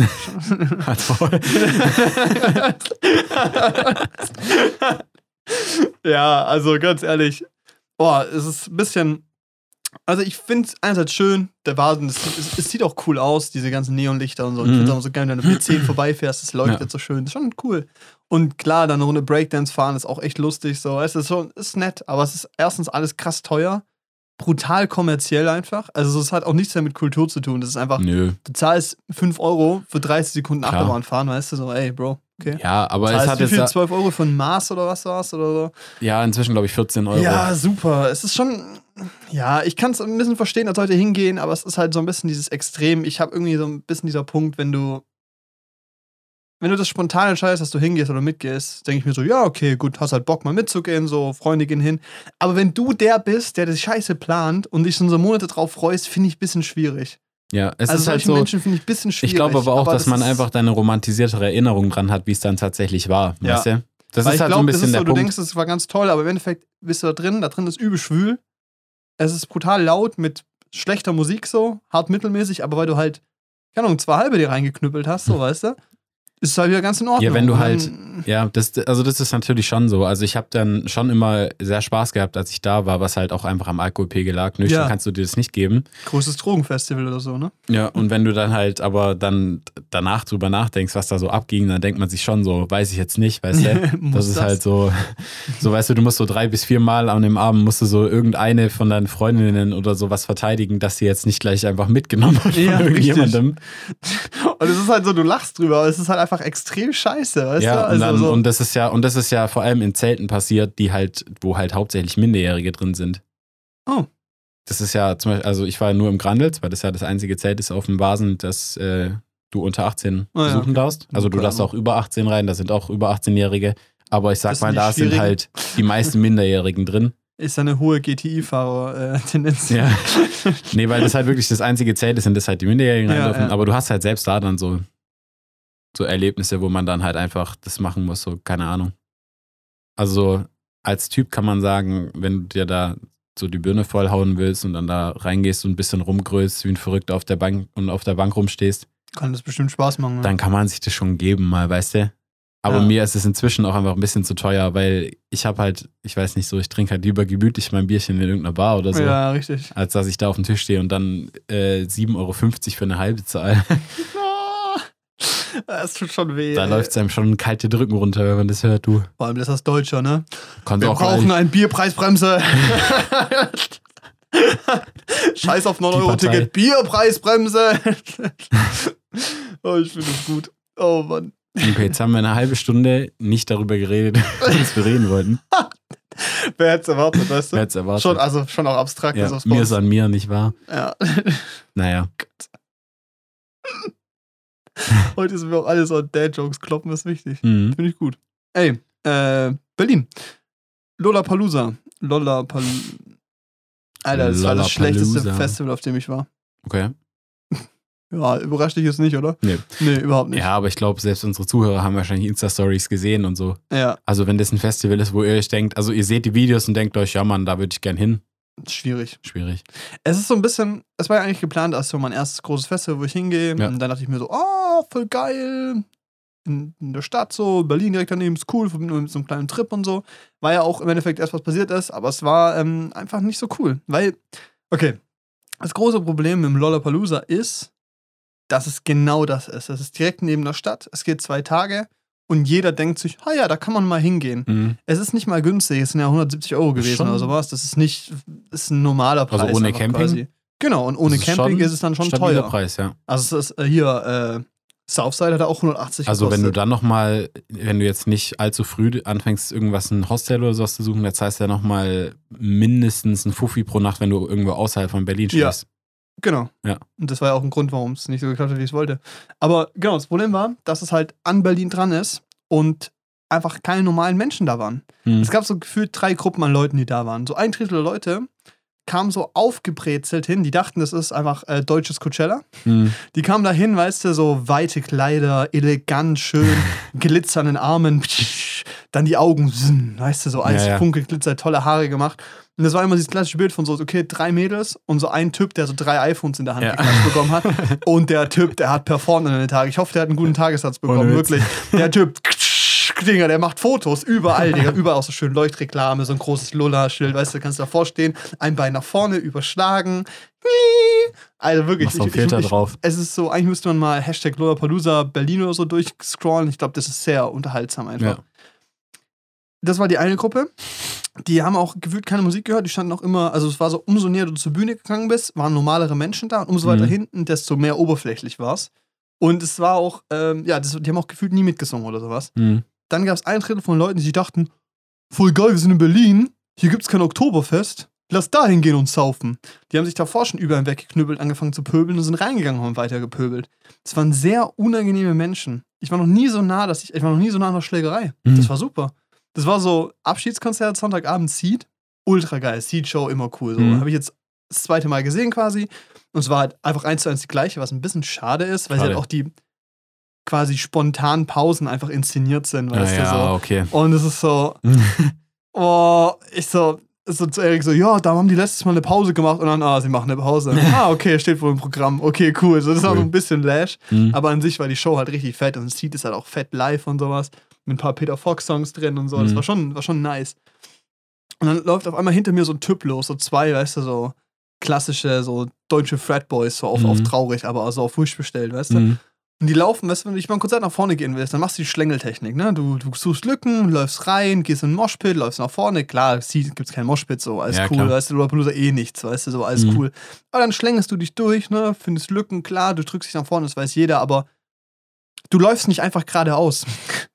Ja, also ganz ehrlich, es ist ein bisschen. Also ich finde es einerseits schön, der Vasen, es sieht auch cool aus, diese ganzen Neonlichter und so. Ich finde es auch so geil, wenn du mit 10 vorbeifährst, es leuchtet so schön. Das ist schon cool. Und klar, dann eine Runde Breakdance fahren ist auch echt lustig. So. Es ist nett, aber es ist erstens alles krass teuer, brutal kommerziell einfach. Also es hat auch nichts mehr mit Kultur zu tun. Das ist einfach, du zahlst 5 € für 30 Sekunden Achterbahn fahren, weißt du, so, ey, Bro. Okay. Ja, aber es hat jetzt 12 € für ein Maß oder was war's oder so? Ja, inzwischen glaube ich 14 €. Ja, super. Es ist schon, ja, ich kann es ein bisschen verstehen, dass Leute hingehen, aber es ist halt so ein bisschen dieses Extrem. Ich habe irgendwie so ein bisschen dieser Punkt, wenn du das spontan entscheidest, dass du hingehst oder mitgehst, denke ich mir so, ja, okay, gut, hast halt Bock mal mitzugehen, so, Freunde gehen hin. Aber wenn du der bist, der das Scheiße plant und dich schon so Monate drauf freust, finde ich ein bisschen schwierig. Ja, es ist halt so. Menschen finde ich ein bisschen schwierig. Ich glaube aber auch, dass man einfach da eine romantisiertere Erinnerung dran hat, wie es dann tatsächlich war. Ja. Weißt du? Das ist halt so ein bisschen der Punkt. Du denkst, es war ganz toll, aber im Endeffekt bist du da drin ist übel schwül. Es ist brutal laut mit schlechter Musik so, hart mittelmäßig, aber weil du halt, keine Ahnung, 2 halbe dir reingeknüppelt hast, so, weißt du? ist halt wieder ganz in Ordnung. Ja, wenn du halt, ja, das ist natürlich schon so. Also ich habe dann schon immer sehr Spaß gehabt, als ich da war, was halt auch einfach am Alkoholpegel lag. Nüchtern kannst du dir das nicht geben. Großes Drogenfestival oder so, ne? Ja, und wenn du dann halt aber dann danach drüber nachdenkst, was da so abging, dann denkt man sich schon so, weiß ich jetzt nicht, weißt du? Das ist halt so, weißt du musst so 3 bis 4 Mal an dem Abend musst du so irgendeine von deinen Freundinnen oder sowas verteidigen, dass sie jetzt nicht gleich einfach mitgenommen hat von irgendjemandem. Und es ist halt so, du lachst drüber, aber es ist halt einfach extrem scheiße, weißt du? Also und das ist ja vor allem in Zelten passiert, wo halt hauptsächlich Minderjährige drin sind. Oh. Das ist ja zum Beispiel, also ich war nur im Grandels, weil das ja das einzige Zelt ist auf dem Basen, das du unter 18 besuchen darfst. Also du darfst auch über 18 rein, da sind auch über 18-Jährige. Aber ich sag mal, da sind halt die meisten Minderjährigen drin. Ist eine hohe GTI-Fahrer-Tendenz. Ja. Nee, weil das halt wirklich das einzige Zelt ist, in das halt die Minderjährigen rein dürfen. Aber du hast halt selbst da dann so Erlebnisse, wo man dann halt einfach das machen muss, so keine Ahnung. Also als Typ kann man sagen, wenn du dir da so die Birne vollhauen willst und dann da reingehst und ein bisschen rumgrölst, wie ein Verrückter auf der Bank rumstehst. Kann das bestimmt Spaß machen. Dann kann man sich das schon geben mal, weißt du? Aber mir ist es inzwischen auch einfach ein bisschen zu teuer, weil ich habe halt, ich weiß nicht so, ich trinke halt lieber gemütlich mein Bierchen in irgendeiner Bar oder so. Ja, richtig. Als dass ich da auf dem Tisch stehe und dann 7,50 € für eine halbe zahle. Das tut schon weh. Da läuft es einem schon kalte Drücken runter, wenn man das hört, du. Vor allem, das ist Deutscher, ne? Wir brauchen eine Bierpreisbremse. Scheiß auf 9-Euro-Ticket. Bierpreisbremse. Oh, ich finde es gut. Oh, Mann. Okay, jetzt haben wir eine halbe Stunde nicht darüber geredet, was wir reden wollten. Wer hätte es erwartet, weißt du? Wer hätte es erwartet? Schon auch abstrakt. Ja, mir ist an mir, nicht wahr? Ja. Naja. Heute sind wir auch alle so an Dad-Jokes kloppen, ist wichtig. Finde ich gut. Ey, Berlin. Lollapalooza. Alter, das war das schlechteste Festival, auf dem ich war. Okay. Ja, überrascht dich jetzt nicht, oder? Nee. Nee, überhaupt nicht. Ja, aber ich glaube, selbst unsere Zuhörer haben wahrscheinlich Insta-Stories gesehen und so. Ja. Also wenn das ein Festival ist, wo ihr euch denkt, also ihr seht die Videos und denkt euch, ja Mann, da würde ich gern hin. Schwierig. Es ist so ein bisschen, es war ja eigentlich geplant als so mein erstes großes Festival, wo ich hingehe. Ja. Und dann dachte ich mir so, oh, voll geil. In der Stadt so, Berlin direkt daneben, ist cool, verbunden mit so einem kleinen Trip und so. War ja auch im Endeffekt erst was passiert ist, aber es war einfach nicht so cool. Weil, okay, das große Problem mit dem Lollapalooza ist, dass es genau das ist. Es ist direkt neben der Stadt, es geht 2 Tage und jeder denkt sich, ja, da kann man mal hingehen. Es ist nicht mal günstig, es sind ja 170 € gewesen oder sowas. Das ist ein normaler Preis. Also ohne Camping? Quasi. Genau, und ohne Camping ist es dann schon teuer. Preis, ja. Also es ist hier, Southside hat auch 180 Also gekostet. wenn du dann nochmal, wenn du jetzt nicht allzu früh anfängst, irgendwas, ein Hostel oder sowas zu suchen, das heißt ja nochmal mindestens ein Fuffi pro Nacht, wenn du irgendwo außerhalb von Berlin stehst. Ja. Genau. Ja. Und das war ja auch ein Grund, warum es nicht so geklappt hat, wie ich es wollte. Aber genau, das Problem war, dass es halt an Berlin dran ist und einfach keine normalen Menschen da waren. Es gab so gefühlt 3 Gruppen an Leuten, die da waren. So 1/3 der Leute kamen so aufgebrezelt hin. Die dachten, das ist einfach deutsches Coachella. Die kamen da hin, weißt du, so weite Kleider, elegant, schön, glitzernden Armen, dann die Augen, weißt du, so alles funkelt, glitzert, tolle Haare gemacht. Und das war immer dieses klassische Bild von so, okay, 3 Mädels und so ein Typ, der so 3 iPhones in der Hand bekommen hat. Und der Typ, der hat performt an den Tag. Ich hoffe, der hat einen guten Tagessatz bekommen, wirklich. Der Typ, Dinger, der macht Fotos überall, Digga. Überall auch so schön Leuchtreklame, so ein großes Lulla-Schild, weißt du, kannst du davor stehen, ein Bein nach vorne, überschlagen. Also wirklich. Machst du einen Filter drauf. Es ist so, eigentlich müsste man mal Hashtag Lollapalooza Berlin oder so durchscrollen. Ich glaube, das ist sehr unterhaltsam einfach. Ja. Das war die eine Gruppe. Die haben auch gefühlt keine Musik gehört. Die standen auch immer, also es war so, umso näher du zur Bühne gegangen bist, waren normalere Menschen da und umso weiter hinten, desto mehr oberflächlich war es. Und es war auch, die haben auch gefühlt nie mitgesungen oder sowas. Dann gab es 1/3 von Leuten, die sich dachten, voll geil, wir sind in Berlin, hier gibt's kein Oktoberfest, lass da hingehen und saufen. Die haben sich davor schon überall weggeknüppelt, angefangen zu pöbeln und sind reingegangen und haben weiter gepöbelt. Das waren sehr unangenehme Menschen. Ich war noch nie so nah an einer Schlägerei. Das war super. Das war so Abschiedskonzert, Sonntagabend, Seed. Ultra geil. Seed-Show, immer cool. So. Habe ich jetzt das 2. Mal gesehen quasi. Und es war halt einfach 1:1 die gleiche, was ein bisschen schade ist, weil sie halt auch die quasi spontanen Pausen einfach inszeniert sind, weißt du so. Okay. Und es ist so, so zu Erik so, ja, da haben die letztes Mal eine Pause gemacht und dann, sie machen eine Pause. Okay, steht wohl im Programm. Okay, cool. So, das war so ein bisschen Lash. Aber an sich war die Show halt richtig fett und das Lied ist halt auch fett live und sowas. Mit ein paar Peter Fox-Songs drin und so. Das war schon nice. Und dann läuft auf einmal hinter mir so ein Typ los, so zwei, weißt du, so klassische, so deutsche Fratboys, so auf traurig, aber also auf Wish bestellt, weißt du. Und die laufen, weißt du, wenn du dich mal ein Konzert nach vorne gehen willst, dann machst du die Schlängeltechnik, ne? Du suchst Lücken, läufst rein, gehst in den Moshpit, läufst nach vorne. Klar, gibt's keinen Moshpit, so, alles cool, klar. Weißt du, Lollapalooza nichts, weißt du, so, alles cool. Aber dann schlängelst du dich durch, ne? Findest Lücken, klar, du drückst dich nach vorne, das weiß jeder, aber du läufst nicht einfach geradeaus.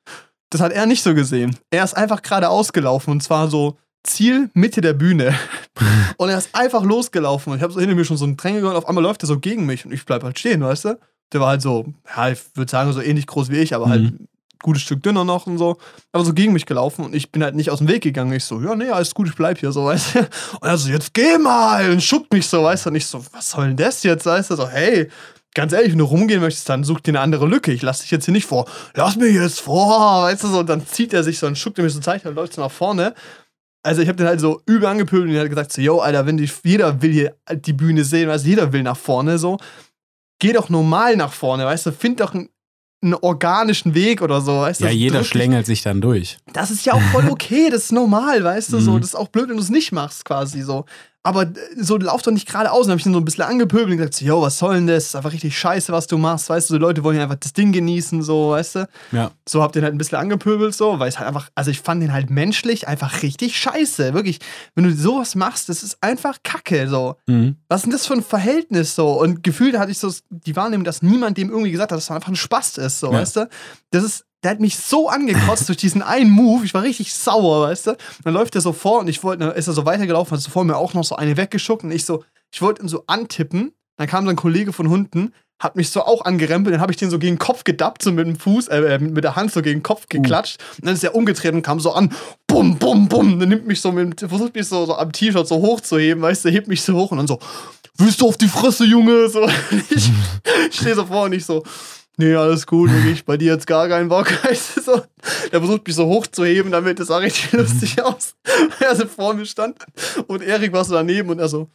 Das hat er nicht so gesehen. Er ist einfach geradeaus gelaufen und zwar so Ziel, Mitte der Bühne. Und er ist einfach losgelaufen und ich habe so hinter mir schon so einen Drängel gehört, auf einmal läuft er so gegen mich und ich bleib halt stehen, weißt du? Der war halt so, ja, ich würde sagen, so ähnlich groß wie ich, aber halt ein gutes Stück dünner noch und so. Aber so gegen mich gelaufen und ich bin halt nicht aus dem Weg gegangen. Ich so, ja, nee, alles gut, ich bleib hier, so, weißt du. Und er so, jetzt geh mal und schuckt mich so, weißt du. Und ich so, was soll denn das jetzt, weißt du. So, hey, ganz ehrlich, wenn du rumgehen möchtest, dann such dir eine andere Lücke. Ich lass dich jetzt hier nicht vor. Lass mich jetzt vor, weißt du, so. Und dann zieht er sich so und schuckt er mich so Zeichen und läuft so nach vorne. Also ich habe den halt so übel angepöbelt und er hat gesagt so, yo, Alter, jeder will hier die Bühne sehen, weißt du, jeder will nach vorne, so. Geh doch normal nach vorne, weißt du, find doch einen organischen Weg oder so, weißt du. Ja, jeder schlängelt sich dann durch. Das ist ja auch voll okay, das ist normal, weißt du, so. Das ist auch blöd, wenn du es nicht machst, quasi, so. Aber so, lauf doch nicht geradeaus. Dann hab ich ihn so ein bisschen angepöbelt und gesagt so, yo, was soll denn das? Das ist einfach richtig scheiße, was du machst, weißt du. So Leute wollen ja einfach das Ding genießen, so, weißt du. Ja. So hab den halt ein bisschen angepöbelt, so, weil es halt einfach, also ich fand den halt menschlich einfach richtig scheiße, wirklich. Wenn du sowas machst, das ist einfach Kacke, so. Was ist denn das für ein Verhältnis, so? Und gefühlt hatte ich so die Wahrnehmung, dass niemand dem irgendwie gesagt hat, dass er einfach ein Spast ist, so, weißt du. Der hat mich so angekotzt durch diesen einen Move. Ich war richtig sauer, weißt du. Dann läuft er so vor und dann ist er so weitergelaufen, hat so vor mir auch noch so eine weggeschuckt und ich wollte ihn so antippen. Dann kam so ein Kollege von unten, hat mich so auch angerempelt, dann habe ich den so gegen den Kopf gedappt, so mit dem Fuß, mit der Hand so gegen den Kopf geklatscht. Und dann ist er umgedreht und kam so an, bum, bum, bum. Dann nimmt mich so, versucht mich so am T-Shirt so hochzuheben, weißt du, hebt mich so hoch und dann so, willst du auf die Fresse, Junge? So, ich stehe so vor und ich so, nee, alles gut, wirklich, bei dir jetzt gar keinen Bock. Weißt du, so. Der versucht mich so hochzuheben, damit das sah richtig lustig aus. Er so vor mir stand und Erik war so daneben und er so,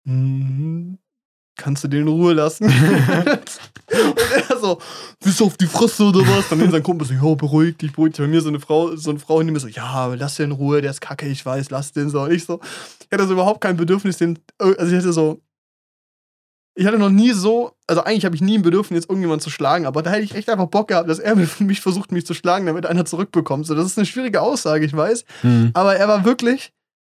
kannst du den in Ruhe lassen? Und er so, bist du auf die Fresse oder was? Dann in sein Kumpel so, jo, beruhig dich. Bei mir so eine Frau hinter mir so, ja, lass den in Ruhe, der ist kacke, ich weiß, lass den so. Ich hatte so überhaupt kein Bedürfnis, ich hatte noch nie so, also eigentlich habe ich nie ein Bedürfnis, jetzt irgendjemanden zu schlagen, aber da hätte ich echt einfach Bock gehabt, dass er mich versucht, mich zu schlagen, damit einer zurückbekommt. So, das ist eine schwierige Aussage, ich weiß. Aber er war wirklich,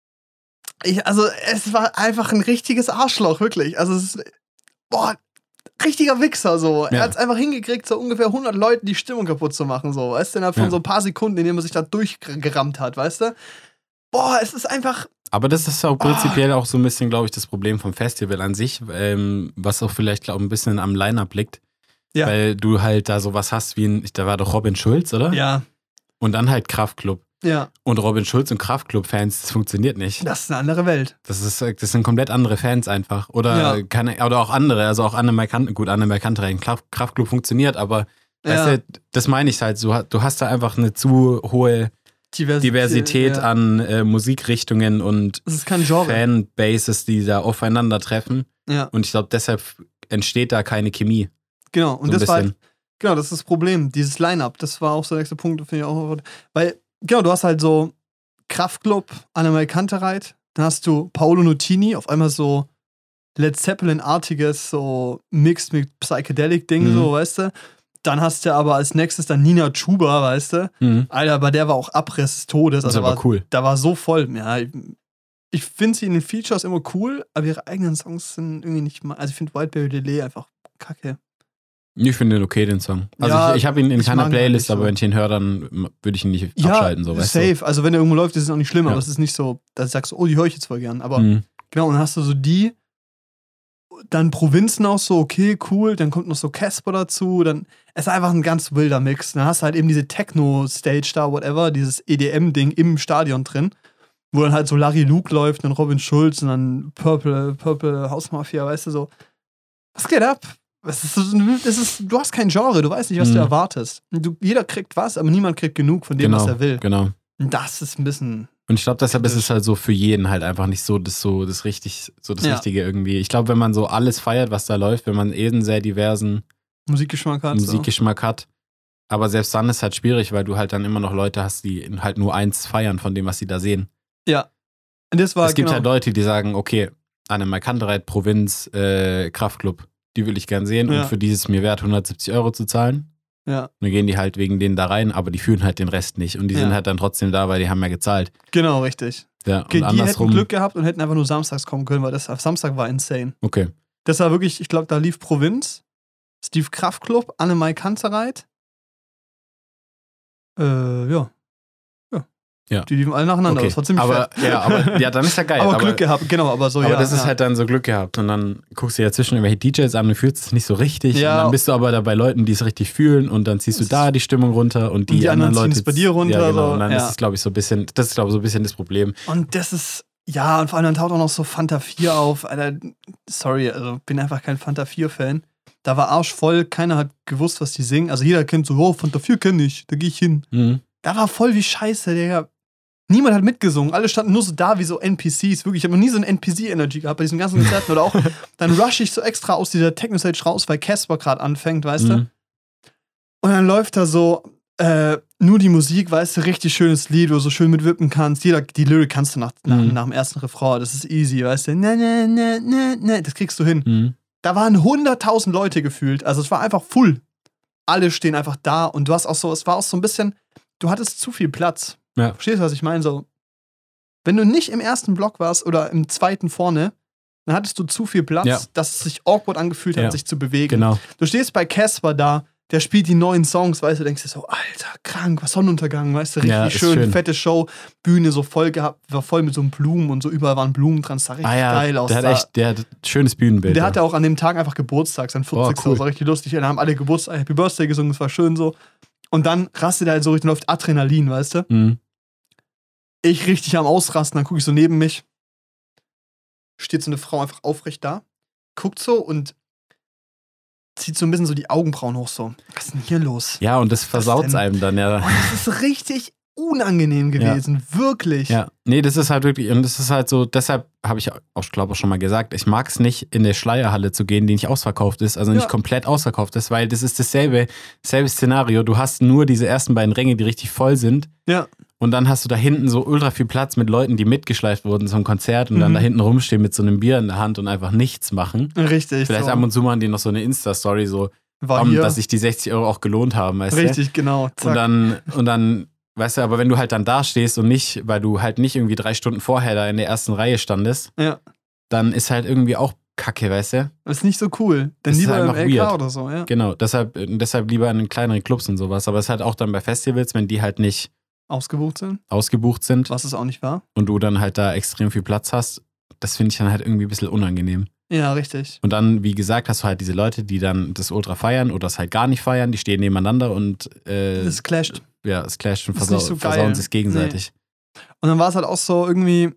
es war einfach ein richtiges Arschloch, wirklich. Also richtiger Wichser, so. Ja. Er hat es einfach hingekriegt, so ungefähr 100 Leuten die Stimmung kaputt zu machen, so. Weißt du, innerhalb von so ein paar Sekunden, indem er sich da durchgerammt hat, weißt du. Boah, es ist einfach... Aber das ist auch prinzipiell auch so ein bisschen, glaube ich, das Problem vom Festival an sich, was auch vielleicht, glaube ich, ein bisschen am Line-Up liegt. Ja. Weil du halt da sowas hast wie da war doch Robin Schulz, oder? Ja. Und dann halt Kraftklub. Ja. Und Robin Schulz und Kraftklub-Fans, das funktioniert nicht. Das ist eine andere Welt. Das sind komplett andere Fans einfach. Oder auch andere, also auch Anne Kantereit. Kraftklub funktioniert, aber weißt du, das meine ich halt, du hast da einfach eine zu hohe Diversität an Musikrichtungen und Fanbases, die da aufeinandertreffen. Ja. Und ich glaube, deshalb entsteht da keine Chemie. Genau, und das war halt, das ist das Problem, dieses Line-Up, das war auch so der nächste Punkt, finde ich auch. Weil, du hast halt so Kraftklub, Anne Kantereit, dann hast du Paolo Nutini, auf einmal so Led Zeppelin-artiges, so mixed mit Psychedelic-Ding, so, weißt du. Dann hast du aber als nächstes dann Nina Chuba, weißt du? Alter, bei der war auch Abriss des Todes. Also das war cool. Da war so voll. Ja, ich finde sie in den Features immer cool, aber ihre eigenen Songs sind irgendwie nicht mal. Also ich finde Whiteberry Lillet einfach kacke. Ich finde den okay, den Song. Also ich habe ihn in keiner Playlist, aber wenn ich ihn höre, dann würde ich ihn nicht abschalten. So, weißt safe. Du? Also wenn er irgendwo läuft, ist es auch nicht schlimm, aber es ist nicht so, dass du sagst, oh, die höre ich jetzt voll gern. Aber genau, und dann hast du so dann Provinzen auch so, okay, cool, dann kommt noch so Casper dazu, dann ist einfach ein ganz wilder Mix. Dann hast du halt eben diese Techno-Stage da, whatever, dieses EDM-Ding im Stadion drin, wo dann halt so Larry Luke läuft, dann Robin Schulz und dann Purple House Mafia, weißt du, so. Was geht ab? Du hast kein Genre, du weißt nicht, was du erwartest. Jeder kriegt was, aber niemand kriegt genug von dem, was er will. Genau. Und das ist ein bisschen Und ich glaube, deshalb ist es halt so für jeden halt einfach nicht so das Richtige irgendwie. Ich glaube, wenn man so alles feiert, was da läuft, wenn man einen sehr diversen Musikgeschmack hat. Aber selbst dann ist halt schwierig, weil du halt dann immer noch Leute hast, die halt nur eins feiern von dem, was sie da sehen. Ja. Es gibt halt Leute, die sagen, okay, Annemai Kantereit, Provinz, Kraftklub, die will ich gern sehen und für die ist es mir wert, 170 € zu zahlen. Ja. Und dann gehen die halt wegen denen da rein, aber die fühlen halt den Rest nicht. Und die sind halt dann trotzdem da, weil die haben ja gezahlt. Genau, richtig. Ja, okay, die hätten Glück gehabt und hätten einfach nur samstags kommen können, weil das auf Samstag war insane. Okay. Das war wirklich, ich glaube, da lief Provinz, Steve Kraftklub, Annemai Kantereit. Ja. Die liefen alle nacheinander. Okay. Das war ziemlich fett. Ja, dann ist ja geil. aber Glück gehabt, genau. Aber das ist halt dann so Glück gehabt. Und dann guckst du ja zwischen irgendwelche DJs an und fühlst es nicht so richtig. Ja. Und dann bist du aber da bei Leuten, die es richtig fühlen. Und dann ziehst du da die Stimmung runter. Und die anderen Leute ziehen es bei dir runter. Ja, genau. Und dann ist es, glaube ich, so ein bisschen das Problem. Und das ist, ja, und vor allem dann taucht auch noch so Fanta 4 auf. Alter, sorry, also bin einfach kein Fanta 4-Fan. Da war arschvoll, keiner hat gewusst, was die singen. Also jeder kennt so, oh, Fanta 4 kenne ich, da gehe ich hin. Mhm. Da war voll wie Scheiße, Digga. Niemand hat mitgesungen, alle standen nur so da wie so NPCs. Wirklich, ich habe noch nie so eine NPC-Energy gehabt bei diesen ganzen Konzerten. Oder auch, dann rush ich so extra aus dieser Techno-Stage raus, weil Casper gerade anfängt, weißt du? Und dann läuft da so nur die Musik, weißt du, richtig schönes Lied, wo du so schön mitwippen kannst. Die Lyrik kannst du nach dem ersten Refrain, das ist easy, weißt du? Ne, das kriegst du hin. Da waren 100.000 Leute gefühlt, also es war einfach full. Alle stehen einfach da und du hast auch so, es war auch so ein bisschen, du hattest zu viel Platz. Ja. Verstehst du, was ich meine? So, wenn du nicht im ersten Block warst oder im zweiten vorne, dann hattest du zu viel Platz, dass es sich awkward angefühlt hat, sich zu bewegen. Genau. Du stehst bei Casper da, der spielt die neuen Songs, weißt du, denkst dir so, Alter, krank, was Sonnenuntergang, weißt du, richtig schön, fette Show, Bühne so voll gehabt, war voll mit so einem Blumen und so, überall waren Blumen dran, sah richtig geil aus. Der hat schönes Bühnenbild. Der hatte auch an dem Tag einfach Geburtstag, sein 40. Cool. Das war richtig lustig, da haben alle Geburtstag, Happy Birthday gesungen, das war schön so. Und dann rastet er halt so richtig, läuft Adrenalin, weißt du. Ich richtig am Ausrasten, dann gucke ich so neben mich, steht so eine Frau einfach aufrecht da, guckt so und zieht so ein bisschen so die Augenbrauen hoch so. Was ist denn hier los? Ja, und das versaut einem dann, ja. Und das ist richtig unangenehm gewesen, wirklich. Ja, nee, das ist halt wirklich, und das ist halt so, deshalb habe ich auch, glaube ich, schon mal gesagt, ich mag es nicht, in der Schleierhalle zu gehen, die nicht ausverkauft ist, also nicht komplett ausverkauft ist, weil das ist dasselbe Szenario. Du hast nur diese ersten beiden Ränge, die richtig voll sind. Ja. Und dann hast du da hinten so ultra viel Platz mit Leuten, die mitgeschleift wurden zum Konzert und dann da hinten rumstehen mit so einem Bier in der Hand und einfach nichts machen. Richtig. Vielleicht ab und zu machen die noch so eine Insta-Story, so, dass sich die 60 € auch gelohnt haben, weißt du? Richtig, genau. Zack. Und dann, weißt du, aber wenn du halt dann da stehst und nicht, weil du halt nicht irgendwie 3 Stunden vorher da in der ersten Reihe standest, dann ist halt irgendwie auch Kacke, weißt du? Das ist nicht so cool. Dann das lieber halt im LK weird. oder so, ja. Genau, deshalb lieber in den kleineren Clubs und sowas. Aber es ist halt auch dann bei Festivals, wenn die halt nicht ausgebucht sind. Was es auch nicht war. Und du dann halt da extrem viel Platz hast, das finde ich dann halt irgendwie ein bisschen unangenehm. Ja, richtig. Und dann, wie gesagt, hast du halt diese Leute, die dann das Ultra feiern oder das halt gar nicht feiern, die stehen nebeneinander und es clasht. Ja, es clasht und versauen sich gegenseitig. Nee. Und dann war es halt auch so irgendwie,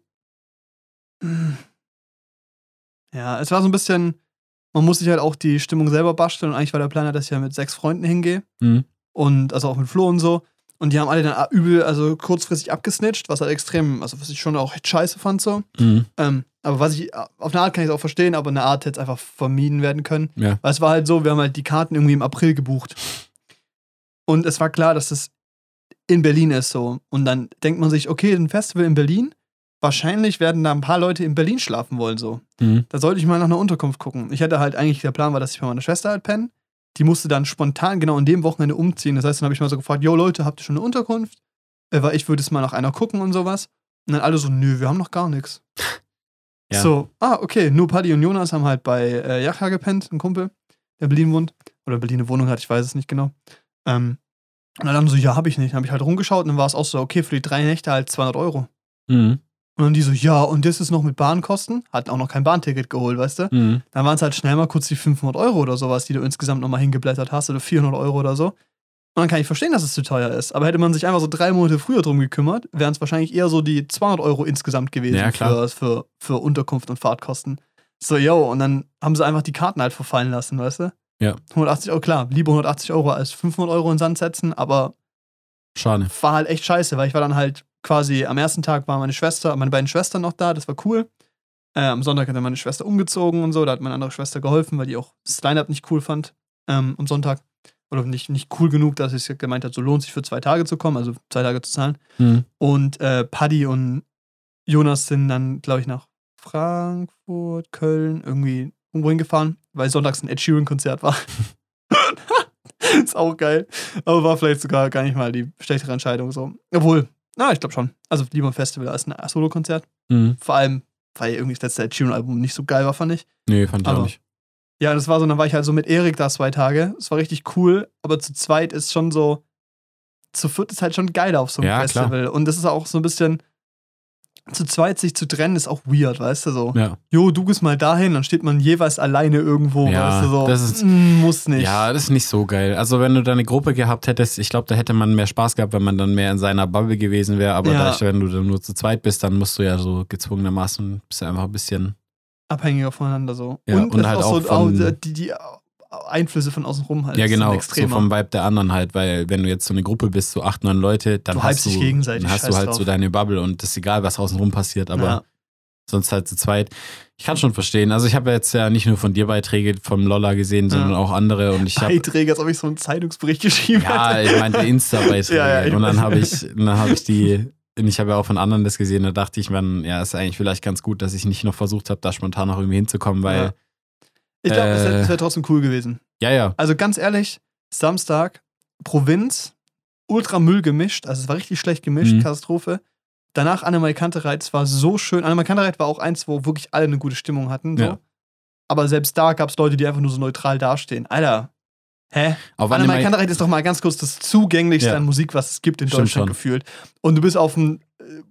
ja, es war so ein bisschen, man muss sich halt auch die Stimmung selber basteln und eigentlich war der Plan, dass ich ja mit 6 Freunden hingehe und also auch mit Flo und so. Und die haben alle dann übel, also kurzfristig abgesnitcht, was halt extrem, also was ich schon auch echt scheiße fand so. Aber was ich, auf eine Art kann ich es auch verstehen, aber eine Art hätte es einfach vermieden werden können. Ja. Weil es war halt so, wir haben halt die Karten irgendwie im April gebucht. Und es war klar, dass das in Berlin ist so. Und dann denkt man sich, okay, ein Festival in Berlin, wahrscheinlich werden da ein paar Leute in Berlin schlafen wollen so. Da sollte ich mal nach einer Unterkunft gucken. Ich hatte halt eigentlich, der Plan war, dass ich bei meiner Schwester halt penne. Die musste dann spontan genau an dem Wochenende umziehen. Das heißt, dann habe ich mal so gefragt, yo Leute, habt ihr schon eine Unterkunft? Weil ich würde es mal nach einer gucken und sowas. Und dann alle so, nö, wir haben noch gar nichts. Ja. So, okay, nur Paddy und Jonas haben halt bei Yachha gepennt, ein Kumpel, der in Berlin wohnt. Oder in Berlin eine Wohnung hat, ich weiß es nicht genau. Und dann so, ja, habe ich nicht. Dann habe ich halt rumgeschaut und dann war es auch so, okay, für die 3 Nächte halt 200 €. Und dann die so, ja, und das ist noch mit Bahnkosten. Hatten auch noch kein Bahnticket geholt, weißt du? Dann waren es halt schnell mal kurz die 500 € oder sowas, die du insgesamt nochmal hingeblättert hast, oder 400 € oder so. Und dann kann ich verstehen, dass es zu teuer ist. Aber hätte man sich einfach so 3 Monate früher drum gekümmert, wären es wahrscheinlich eher so die 200 € insgesamt gewesen, ja, für Unterkunft und Fahrtkosten. So, yo, und dann haben sie einfach die Karten halt verfallen lassen, weißt du? Ja. 180 €, klar, lieber 180 € als 500 € in den Sand setzen, aber schade. War halt echt scheiße, weil ich war dann halt quasi am ersten Tag war meine beiden Schwestern noch da, das war cool. Am Sonntag hat dann meine Schwester umgezogen und so, da hat meine andere Schwester geholfen, weil die auch das Line-Up nicht cool fand am Sonntag. Oder nicht cool genug, dass ich gemeint habe, so lohnt sich für 2 Tage zu kommen, also 2 Tage zu zahlen. Und Paddy und Jonas sind dann, glaube ich, nach Frankfurt, Köln, irgendwie irgendwo hingefahren, weil sonntags ein Ed Sheeran-Konzert war. Ist auch geil. Aber war vielleicht sogar gar nicht mal die schlechtere Entscheidung. So. Obwohl, ich glaube schon. Also lieber ein Festival als ein Solo-Konzert. Vor allem, weil irgendwie das letzte Ed Sheeran-Album nicht so geil war, fand ich. Nee, fand ich auch nicht. Ja, das war so, dann war ich halt so mit Erik da 2 Tage. Das war richtig cool, aber zu zweit ist schon so, zu viert ist halt schon geiler auf so einem Festival. Klar. Und das ist auch so ein bisschen, zu zweit sich zu trennen, ist auch weird, weißt du, so. Ja. Jo, du gehst mal dahin, dann steht man jeweils alleine irgendwo, ja, weißt du, so. Das ist, muss nicht. Ja, das ist nicht so geil. Also wenn du da eine Gruppe gehabt hättest, ich glaube, da hätte man mehr Spaß gehabt, wenn man dann mehr in seiner Bubble gewesen wäre, aber wenn du dann nur zu zweit bist, dann musst du ja so gezwungenermaßen, bist du einfach ein bisschen abhängiger voneinander so. Ja, und halt auch so die Einflüsse von außen rum halt. Ja, genau, so vom Vibe der anderen halt, weil wenn du jetzt so eine Gruppe bist, so 8, 9 Leute, dann hast du halt so deine Bubble und das ist egal, was außenrum passiert, aber sonst halt zu zweit. Ich kann schon verstehen. Also ich habe jetzt ja nicht nur von dir Beiträge vom Lolla gesehen, sondern auch andere. Und Beiträge, als ob ich so einen Zeitungsbericht geschrieben hätte. Ja, ich meinte Insta-Beiträge. Und dann habe ich die, und ich habe ja auch von anderen das gesehen, da dachte ich, ist eigentlich vielleicht ganz gut, dass ich nicht noch versucht habe, da spontan noch irgendwie hinzukommen, weil ich glaube, das wäre trotzdem cool gewesen. Ja. Also ganz ehrlich, Samstag, Provinz, ultra Müll gemischt, also es war richtig schlecht gemischt, Katastrophe. Danach Annemai Kantereit, es war so schön. Annemai Kantereit war auch eins, wo wirklich alle eine gute Stimmung hatten. So. Ja. Aber selbst da gab es Leute, die einfach nur so neutral dastehen. Alter, Annemai Kantereit ist doch mal ganz kurz das zugänglichste an Musik, was es gibt in Deutschland gefühlt. Und du bist auf dem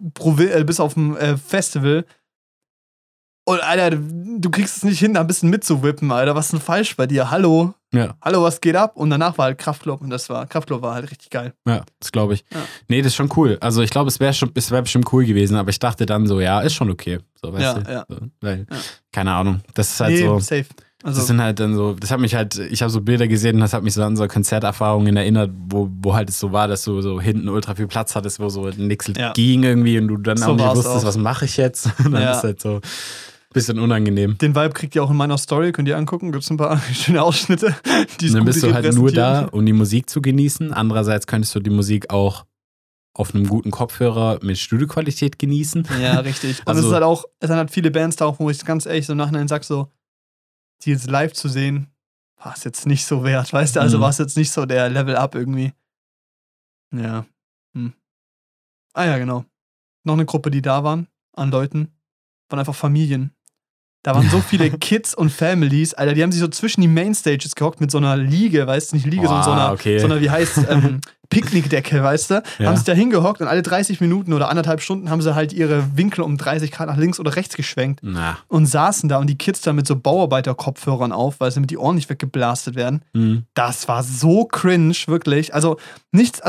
Festival und Alter, du kriegst es nicht hin, da ein bisschen mitzuwippen, Alter. Was ist denn falsch bei dir? Hallo? Ja. Hallo, was geht ab? Und danach war halt Kraftklub und Kraftklub war halt richtig geil. Ja, das glaube ich. Ja. Nee, das ist schon cool. Also ich glaube, es wäre bestimmt cool gewesen, aber ich dachte dann so, ist schon okay. So, weißt du? So, weil, keine Ahnung. Das ist halt so. Safe. Also, das sind halt dann so, das hat mich halt, ich habe so Bilder gesehen und das hat mich so an so Konzerterfahrungen erinnert, wo halt es so war, dass du so hinten ultra viel Platz hattest, wo so nix ging irgendwie und du dann so auch nicht wusstest, was mache ich jetzt? Und dann ist halt so bisschen unangenehm. Den Vibe kriegt ihr auch in meiner Story, könnt ihr angucken, gibt es ein paar schöne Ausschnitte. Und dann bist du halt nur da, um die Musik zu genießen. Andererseits könntest du die Musik auch auf einem guten Kopfhörer mit Studioqualität genießen. Ja, richtig. Und es sind halt viele Bands da auch, wo ich ganz ehrlich so im Nachhinein sag, so, die jetzt live zu sehen, war es jetzt nicht so wert, weißt du? Also war es jetzt nicht so der Level-Up irgendwie. Ja. Ah ja, genau. Noch eine Gruppe, die da waren, an Leuten, waren einfach Familien. Da waren so viele Kids und Families, Alter, die haben sich so zwischen die Mainstages gehockt mit so einer Liege, weißt du, nicht Liege, sondern so einer, wie heißt Picknickdecke, weißt du, haben sich da hingehockt und alle 30 Minuten oder 1,5 Stunden haben sie halt ihre Winkel um 30 Grad nach links oder rechts geschwenkt und saßen da und die Kids da mit so Bauarbeiter-Kopfhörern auf, weil sie damit die Ohren nicht weggeblastet werden. Das war so cringe, wirklich. Also nichts,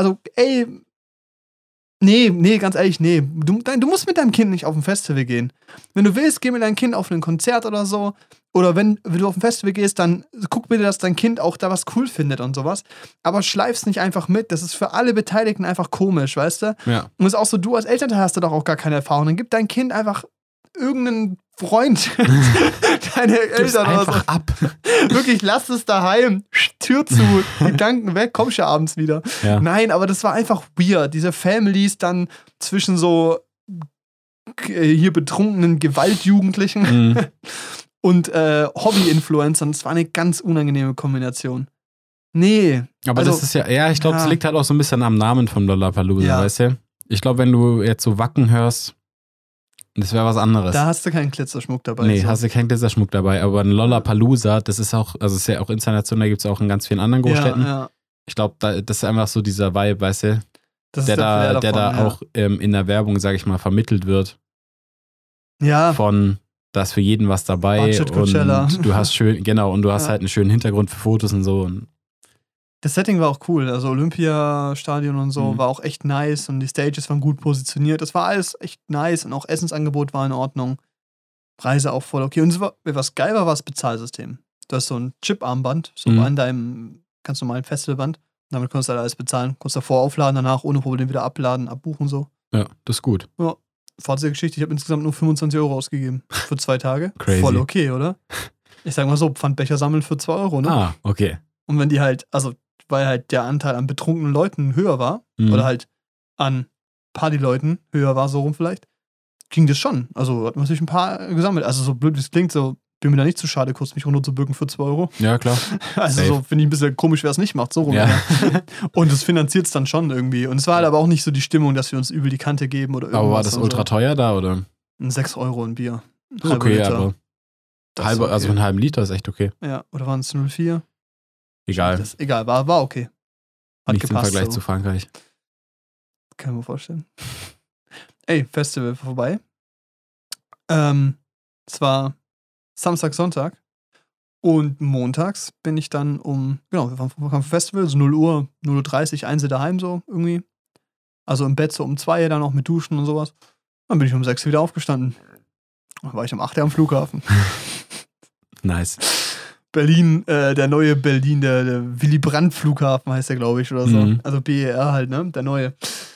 Nee, ganz ehrlich, nee. Du musst mit deinem Kind nicht auf ein Festival gehen. Wenn du willst, geh mit deinem Kind auf ein Konzert oder so. Oder wenn du auf ein Festival gehst, dann guck bitte, dass dein Kind auch da was cool findet und sowas. Aber schleif's nicht einfach mit. Das ist für alle Beteiligten einfach komisch, weißt du? Ja. Und es ist auch so, du als Elternteil hast da doch auch gar keine Erfahrung. Dann gib dein Kind einfach irgendeinen Freund, deine Eltern oder so. Ab. Wirklich, lass es daheim, Tür zu, Gedanken weg, kommst ja abends wieder. Ja. Nein, aber das war einfach weird. Diese Families dann zwischen so hier betrunkenen Gewaltjugendlichen und Hobby-Influencern. Das war eine ganz unangenehme Kombination. Nee. Aber das ist ich glaube, es liegt halt auch so ein bisschen am Namen von Lollapalooza, weißt du? Ich glaube, wenn du jetzt so Wacken hörst, das wäre was anderes. Da hast du keinen Glitzerschmuck dabei. Nee, hast du keinen Glitzerschmuck dabei. Aber ein Lollapalooza, das ist auch, also ist ja auch international, gibt es auch in ganz vielen anderen Großstädten. Ja. Ich glaube, das ist einfach so dieser Vibe, weißt du, der da auch in der Werbung, sag ich mal, vermittelt wird. Ja. Von, da ist für jeden was dabei. Budget Coachella. Und du hast halt einen schönen Hintergrund für Fotos und so. Das Setting war auch cool, also Olympiastadion und so war auch echt nice und die Stages waren gut positioniert. Das war alles echt nice und auch Essensangebot war in Ordnung. Preise auch voll okay. Und was geil war das Bezahlsystem. Du hast so ein Chip-Armband, so an deinem ganz normalen Festivalband. Damit konntest du halt alles bezahlen. Konntest davor aufladen, danach ohne Problem wieder abladen, abbuchen so. Ja, das ist gut. Ja, Fahrzeuggeschichte, ich habe insgesamt nur 25 Euro ausgegeben für 2 Tage. Crazy. Voll okay, oder? Ich sag mal so, Pfandbecher sammeln für 2 Euro, ne? Ah, okay. Und wenn die halt, also weil halt der Anteil an betrunkenen Leuten höher war, oder halt an Partyleuten höher war, so rum vielleicht, ging das schon. Also hat man sich ein paar gesammelt. Also so blöd wie es klingt, so bin mir da nicht zu schade, kurz mich runterzubücken für 2 Euro. Ja, klar. Also so finde ich ein bisschen komisch, wer es nicht macht, so rum. Ja. Und das finanziert es dann schon irgendwie. Und es war halt aber auch nicht so die Stimmung, dass wir uns übel die Kante geben oder irgendwas. Aber war das ultra teuer da, oder? 6 Euro ein Bier. Das ist okay, Liter. aber Okay. also einen halben Liter ist echt okay. Ja, oder waren es 0,4? Egal. Egal, war okay. Hat Nichts gepasst. im Vergleich so. zu Frankreich. Kann ich mir vorstellen. Ey, Festival vorbei. Es war Samstag, Sonntag. Und montags bin ich dann wir waren vom Festival, so 0 Uhr, 0:30 Uhr, 1 Uhr daheim so irgendwie. Also im Bett so um 2 Uhr dann auch mit Duschen und sowas. Dann bin ich um 6 Uhr wieder aufgestanden. Dann war ich um 8 Uhr am Flughafen. Nice. Berlin, der neue Berlin, der Willy Brandt Flughafen heißt der, glaube ich, oder so. Mhm. Also BER halt, ne? Der neue.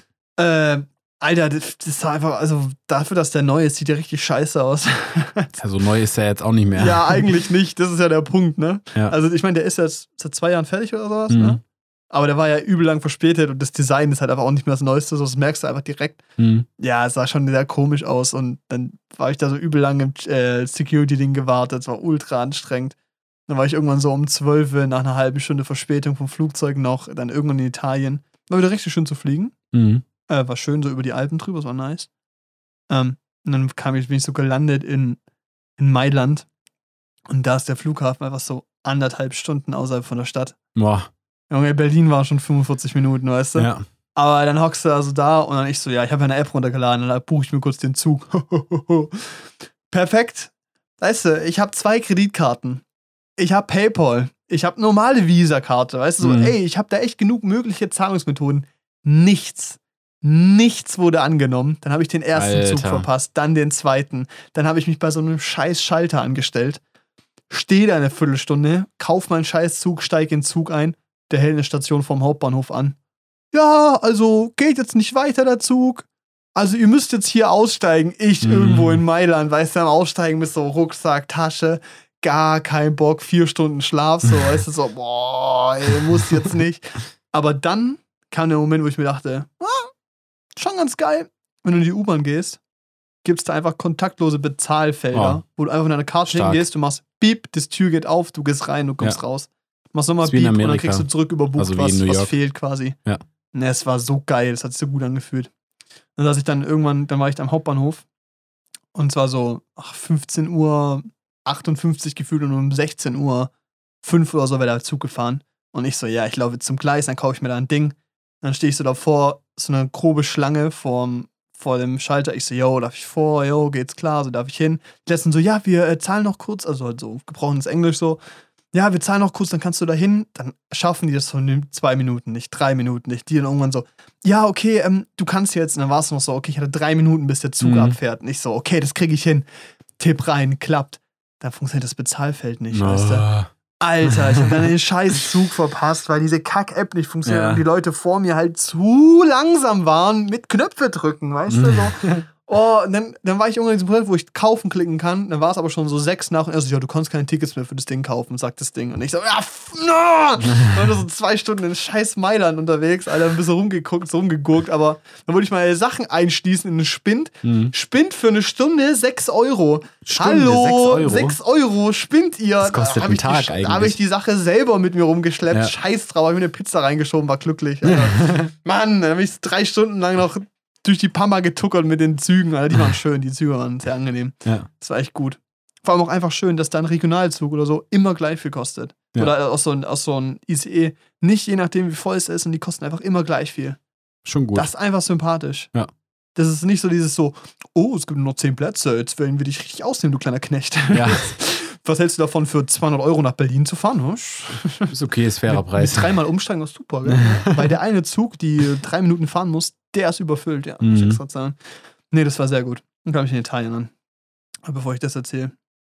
Alter, das war einfach, also dafür, dass der neue ist, sieht ja richtig scheiße aus. Ja, so neu ist er jetzt auch nicht mehr. Ja, eigentlich nicht. Das ist ja der Punkt, ne? Ja. Also ich meine, der ist jetzt seit 2 Jahren fertig oder sowas, Mhm. ne? Aber der war ja übel lang verspätet und das Design ist halt einfach auch nicht mehr das Neueste, so das merkst du einfach direkt. Mhm. Ja, es sah schon sehr komisch aus und dann war ich da so übel lang im Security-Ding gewartet. Es war ultra anstrengend. Dann war ich irgendwann so um 12 Uhr nach einer halben Stunde Verspätung vom Flugzeug noch, dann irgendwann in Italien. War wieder richtig schön zu fliegen. Mhm. War schön so über die Alpen drüber, das war nice. Und dann bin ich so gelandet in Mailand und da ist der Flughafen einfach so 1,5 Stunden außerhalb von der Stadt. Boah. Junge, Berlin war schon 45 Minuten, weißt du? Ja. Aber dann hockst du also da und dann ich so, ja, ich habe ja eine App runtergeladen, dann buche ich mir kurz den Zug. Perfekt. Weißt du, ich habe 2 Kreditkarten. Ich habe PayPal. Ich habe normale Visa-Karte. Weißt du, so, ey, ich habe da echt genug mögliche Zahlungsmethoden. Nichts wurde angenommen. Dann habe ich den ersten Zug verpasst, dann den zweiten. Dann habe ich mich bei so einem scheiß Schalter angestellt. Stehe da eine Viertelstunde, kauf meinen scheiß Zug, steig in den Zug ein. Der hält eine Station vorm Hauptbahnhof an. Ja, also geht jetzt nicht weiter der Zug. Also ihr müsst jetzt hier aussteigen. Ich irgendwo in Mailand, weißt du, am Aussteigen mit so Rucksack, Tasche, gar kein Bock, 4 Stunden Schlaf, so, weißt du, so, boah, ey, muss jetzt nicht. Aber dann kam der Moment, wo ich mir dachte, schon ganz geil. Wenn du in die U-Bahn gehst, gibt es da einfach kontaktlose Bezahlfelder, wo du einfach mit deiner Karte hingehst, du machst Piep, das Tür geht auf, du gehst rein, du kommst raus. Machst nochmal Piep und dann kriegst du zurück überbucht, was fehlt quasi. Ja. Ne, es war so geil, es hat sich so gut angefühlt. Dann saß ich dann war ich am Hauptbahnhof und zwar so 15:58 Uhr gefühlt und um 16:05 Uhr oder so wäre der Zug gefahren. Und ich so, ja, ich laufe jetzt zum Gleis, dann kaufe ich mir da ein Ding. Dann stehe ich so davor, so eine grobe Schlange vor dem Schalter. Ich so, yo, darf ich vor? Yo, geht's klar? So, darf ich hin? Die letzten so, ja, wir zahlen noch kurz. Also halt so gebrochenes Englisch so. Ja, wir zahlen noch kurz, dann kannst du da hin. Dann schaffen die das so in 2 Minuten nicht, 3 Minuten nicht. Die dann irgendwann so, ja, okay, du kannst jetzt. Und dann war es noch so, okay, ich hatte 3 Minuten, bis der Zug abfährt. Und ich so, okay, das kriege ich hin. Tipp rein, klappt. Dann funktioniert das Bezahlfeld nicht, weißt du? Alter, ich habe dann den scheiß Zug verpasst, weil diese Kack-App nicht funktioniert und die Leute vor mir halt zu langsam waren mit Knöpfe drücken, weißt du? So. Oh, und dann war ich irgendwann in diesem Punkt, wo ich kaufen klicken kann. Dann war es aber schon so 6 nach und er so, ja, du kannst keine Tickets mehr für das Ding kaufen, sagt das Ding. Und ich so, ja, no! Und so 2 Stunden in scheiß Mailand unterwegs, Alter, ein bisschen rumgeguckt, so rumgegurkt, aber dann wollte ich meine Sachen einschließen in einen Spind. Spind für eine Stunde 6 Euro. Hallo, 6 Euro, spinnt ihr? Das kostet einen Tag eigentlich. Da habe ich die Sache selber mit mir rumgeschleppt. Ja. Scheiß drauf, habe ich mir eine Pizza reingeschoben, war glücklich. Mann, dann habe ich 3 Stunden lang noch durch die Pampa getuckert mit den Zügen. Alter, die waren schön, die Züge waren sehr angenehm. Ja. Das war echt gut. Vor allem auch einfach schön, dass da ein Regionalzug oder so immer gleich viel kostet. Ja. Oder aus so einem ICE. Nicht je nachdem, wie voll es ist und die kosten einfach immer gleich viel. Schon gut. Das ist einfach sympathisch. Ja. Das ist nicht so dieses so, oh, es gibt nur noch 10 Plätze, jetzt werden wir dich richtig ausnehmen, du kleiner Knecht. Ja. Was hältst du davon, für 200 Euro nach Berlin zu fahren? Hm? Ist okay, ist fairer Preis. Mit 3-mal umsteigen, das ist super, gell? Weil der eine Zug, die 3 Minuten fahren muss, der ist überfüllt, ja. Muss ich extra zahlen. Nee, das war sehr gut. Dann kam ich in Italien an. Aber bevor ich das erzähle,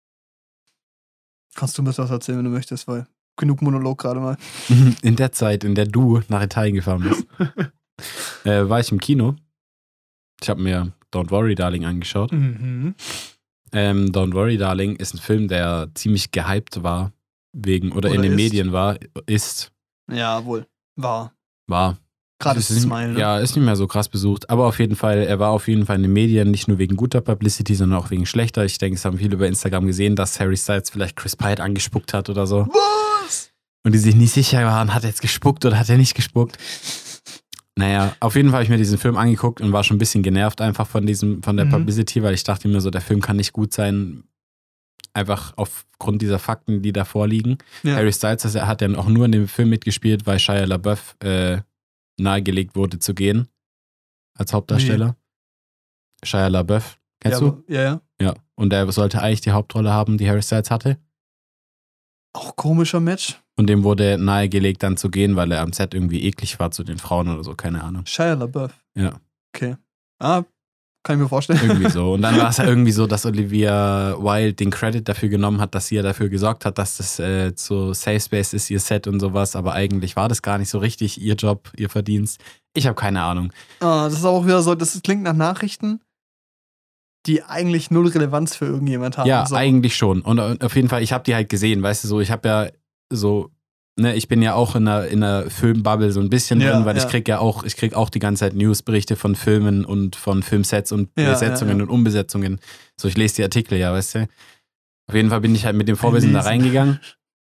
kannst du mir was erzählen, wenn du möchtest, weil genug Monolog gerade mal. In der Zeit, in der du nach Italien gefahren bist, war ich im Kino Ich habe mir Don't Worry, Darling angeschaut. Mhm. Don't Worry, Darling ist ein Film, der ziemlich gehypt war, oder in den Medien war, ist. Ja, wohl. War. Gerade ist Smile, ne? Ja, ist nicht mehr so krass besucht. Aber auf jeden Fall, er war auf jeden Fall in den Medien, nicht nur wegen guter Publicity, sondern auch wegen schlechter. Ich denke, es haben viele über Instagram gesehen, dass Harry Styles vielleicht Chris Pine angespuckt hat oder so. Was? Und die sich nicht sicher waren, hat er jetzt gespuckt oder hat er nicht gespuckt. Naja, auf jeden Fall habe ich mir diesen Film angeguckt und war schon ein bisschen genervt einfach von der Publicity, weil ich dachte mir so, der Film kann nicht gut sein, einfach aufgrund dieser Fakten, die da vorliegen. Ja. Harry Styles hat ja auch nur in dem Film mitgespielt, weil Shia LaBeouf nahegelegt wurde zu gehen als Hauptdarsteller. Wie? Shia LaBeouf, kennst du? Ja. Ja, und der sollte eigentlich die Hauptrolle haben, die Harry Styles hatte. Auch komischer Match. Und dem wurde nahegelegt, dann zu gehen, weil er am Set irgendwie eklig war zu den Frauen oder so, keine Ahnung. Shia LaBeouf. Ja. Okay. Kann ich mir vorstellen. Irgendwie so. Und dann war es ja irgendwie so, dass Olivia Wilde den Credit dafür genommen hat, dass sie ja dafür gesorgt hat, dass das so Safe Space ist, ihr Set und sowas. Aber eigentlich war das gar nicht so richtig ihr Job, ihr Verdienst. Ich habe keine Ahnung. Das ist auch wieder so, das klingt nach Nachrichten, die eigentlich null Relevanz für irgendjemand haben. Ja, so. Eigentlich schon. Und auf jeden Fall, ich habe die halt gesehen, weißt du, so, ich habe ja so, ne, ich bin ja auch in einer Filmbubble so ein bisschen drin, weil ich krieg auch die ganze Zeit Newsberichte von Filmen und von Filmsets und Besetzungen und Umbesetzungen. So, ich lese die Artikel, ja, weißt du. Auf jeden Fall bin ich halt mit dem Vorwissen da reingegangen.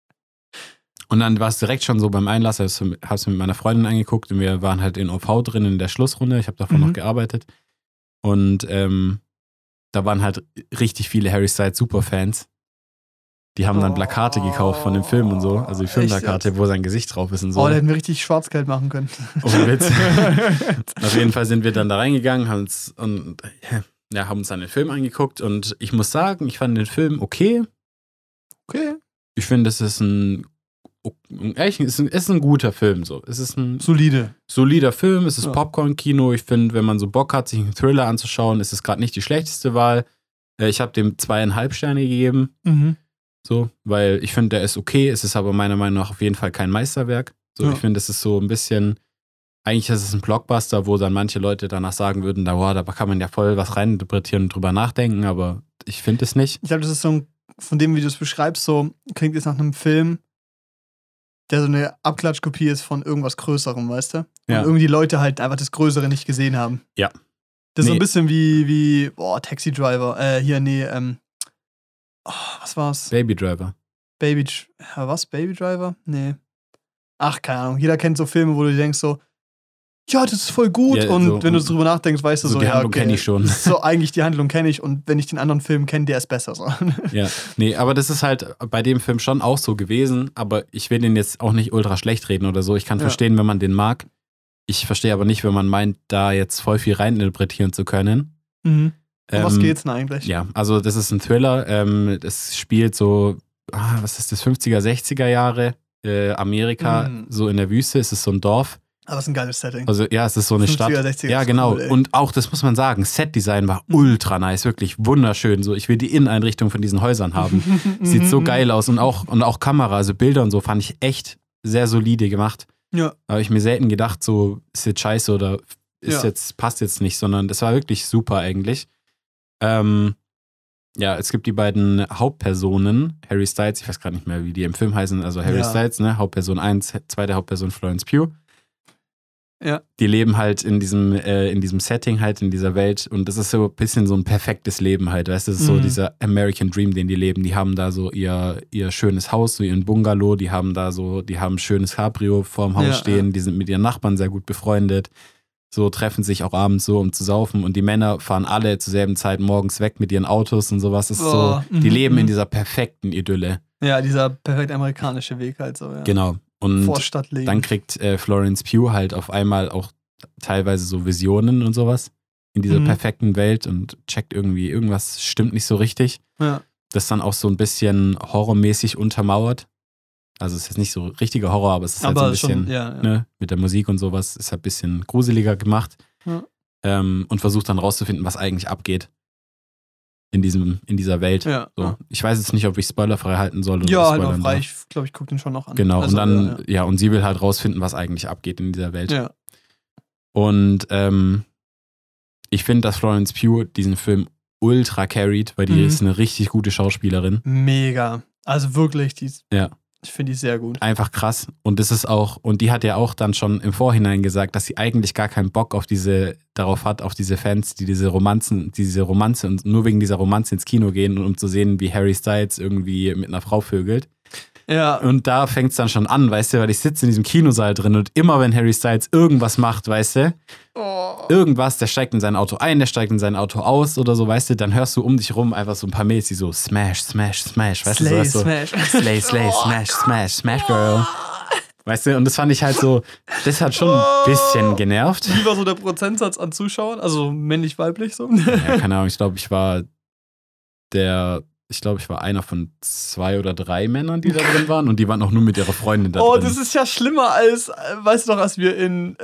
Und dann war es direkt schon so beim Einlass, ich habe es mit meiner Freundin angeguckt und wir waren halt in OV drin in der Schlussrunde. Ich habe davon noch gearbeitet. Und da waren halt richtig viele Harry Styles Superfans. Die haben dann Plakate gekauft von dem Film und so. Also die Filmplakate, wo sein Gesicht drauf ist und so. Da hätten wir richtig Schwarzgeld machen können. Ohne Witz. Auf jeden Fall sind wir dann da reingegangen, haben uns dann den Film angeguckt und ich muss sagen, ich fand den Film okay. Okay. Ich finde, es ist ein guter Film. So. Es ist ein solider Film, es ist Popcorn-Kino. Ich finde, wenn man so Bock hat, sich einen Thriller anzuschauen, ist es gerade nicht die schlechteste Wahl. Ich habe dem 2,5 Sterne gegeben. So, weil ich finde, der ist okay. Es ist aber meiner Meinung nach auf jeden Fall kein Meisterwerk. So, ich finde, es ist so ein bisschen, eigentlich ist es ein Blockbuster, wo dann manche Leute danach sagen würden, da kann man ja voll was reininterpretieren und drüber nachdenken, aber ich finde es nicht. Ich glaube, das ist so von dem, wie du es beschreibst, so klingt es nach einem Film, der so eine Abklatschkopie ist von irgendwas Größerem, weißt du? Und irgendwie Leute halt einfach das Größere nicht gesehen haben. Ja. Das ist so ein bisschen wie Taxi Driver. Was war's? Baby Driver. Baby Driver? Nee. Ach, keine Ahnung. Jeder kennt so Filme, wo du denkst so, ja, das ist voll gut. Ja, und so, wenn du drüber nachdenkst, weißt du so, die Handlung kenne ich schon. So, eigentlich die Handlung kenne ich und wenn ich den anderen Film kenne, der ist besser. So. Ja, nee, aber das ist halt bei dem Film schon auch so gewesen, aber ich will den jetzt auch nicht ultra schlecht reden oder so. Ich kann verstehen, wenn man den mag. Ich verstehe aber nicht, wenn man meint, da jetzt voll viel reininterpretieren zu können. Um was geht's denn eigentlich? Ja, also das ist ein Thriller. Das spielt so, was ist das, 50er, 60er Jahre, Amerika, so in der Wüste. Es ist so ein Dorf. Aber es ist ein geiles Setting. Also ja, es ist so eine 50er, Stadt. 60er, ja, genau. Cool, und auch, das muss man sagen, Setdesign war ultra nice, wirklich wunderschön. So, ich will die Inneneinrichtung von diesen Häusern haben. Sieht so geil aus. Und auch Kamera, also Bilder und so fand ich echt sehr solide gemacht. Ja. Da habe ich mir selten gedacht, so ist jetzt scheiße oder passt jetzt nicht, sondern das war wirklich super eigentlich. Es gibt die beiden Hauptpersonen, Harry Styles, ich weiß gerade nicht mehr, wie die im Film heißen, also Harry Styles, ne, Hauptperson 1, zweite Hauptperson Florence Pugh. Ja. Die leben halt in diesem Setting halt, in dieser Welt und das ist so ein bisschen so ein perfektes Leben halt, weißt du, das ist so dieser American Dream, den die leben. Die haben da so ihr schönes Haus, so ihren Bungalow, die haben ein schönes Cabrio vorm Haus stehen, die sind mit ihren Nachbarn sehr gut befreundet, so treffen sich auch abends so, um zu saufen und die Männer fahren alle zur selben Zeit morgens weg mit ihren Autos und sowas. Das ist so, die leben in dieser perfekten Idylle. Ja, dieser perfekt amerikanische Weg halt so, ja. Genau. Und Vorstadtleben. Dann kriegt Florence Pugh halt auf einmal auch teilweise so Visionen und sowas in dieser perfekten Welt und checkt irgendwie, irgendwas stimmt nicht so richtig. Ja. Das dann auch so ein bisschen horrormäßig untermauert. Also es ist jetzt nicht so richtiger Horror, aber es ist halt so ein bisschen, ne, mit der Musik und sowas, ist halt ein bisschen gruseliger gemacht. Ja. Und versucht dann rauszufinden, was eigentlich abgeht in dieser Welt. Ja, so. Ich weiß jetzt nicht, ob ich spoilerfrei halten soll oder ja, halt auch frei. Ich glaube, ich gucke den schon noch an. Genau, also, und dann, und sie will halt rausfinden, was eigentlich abgeht in dieser Welt. Ja. Und Ich finde, dass Florence Pugh diesen Film ultra carried, weil die ist eine richtig gute Schauspielerin. Mega. Also wirklich, ja. Ich finde die sehr gut. Einfach krass. Und das ist auch, und die hat ja auch dann schon im Vorhinein gesagt, dass sie eigentlich gar keinen Bock auf darauf hat, auf diese Fans, die diese Romanze und nur wegen dieser Romanze ins Kino gehen, um zu sehen, wie Harry Styles irgendwie mit einer Frau vögelt. Ja. Und da fängt es dann schon an, weißt du, weil ich sitze in diesem Kinosaal drin und immer wenn Harry Styles irgendwas macht, weißt du, irgendwas, der steigt in sein Auto ein, der steigt in sein Auto aus oder so, weißt du, dann hörst du um dich rum einfach so ein paar Mädels, die so Smash, Smash, Smash, weißt Slay, du, so Smash. Slay, Slay, Smash, Smash, Smash Girl. Weißt du, und das fand ich halt so, das hat schon ein bisschen genervt. Wie war so der Prozentsatz an Zuschauern? Also männlich-weiblich so? Ja, keine Ahnung, ich glaube, ich war einer von 2 oder 3 Männern, die da drin waren und die waren auch nur mit ihrer Freundin da drin. Oh, das ist ja schlimmer als, weißt du noch, als wir in,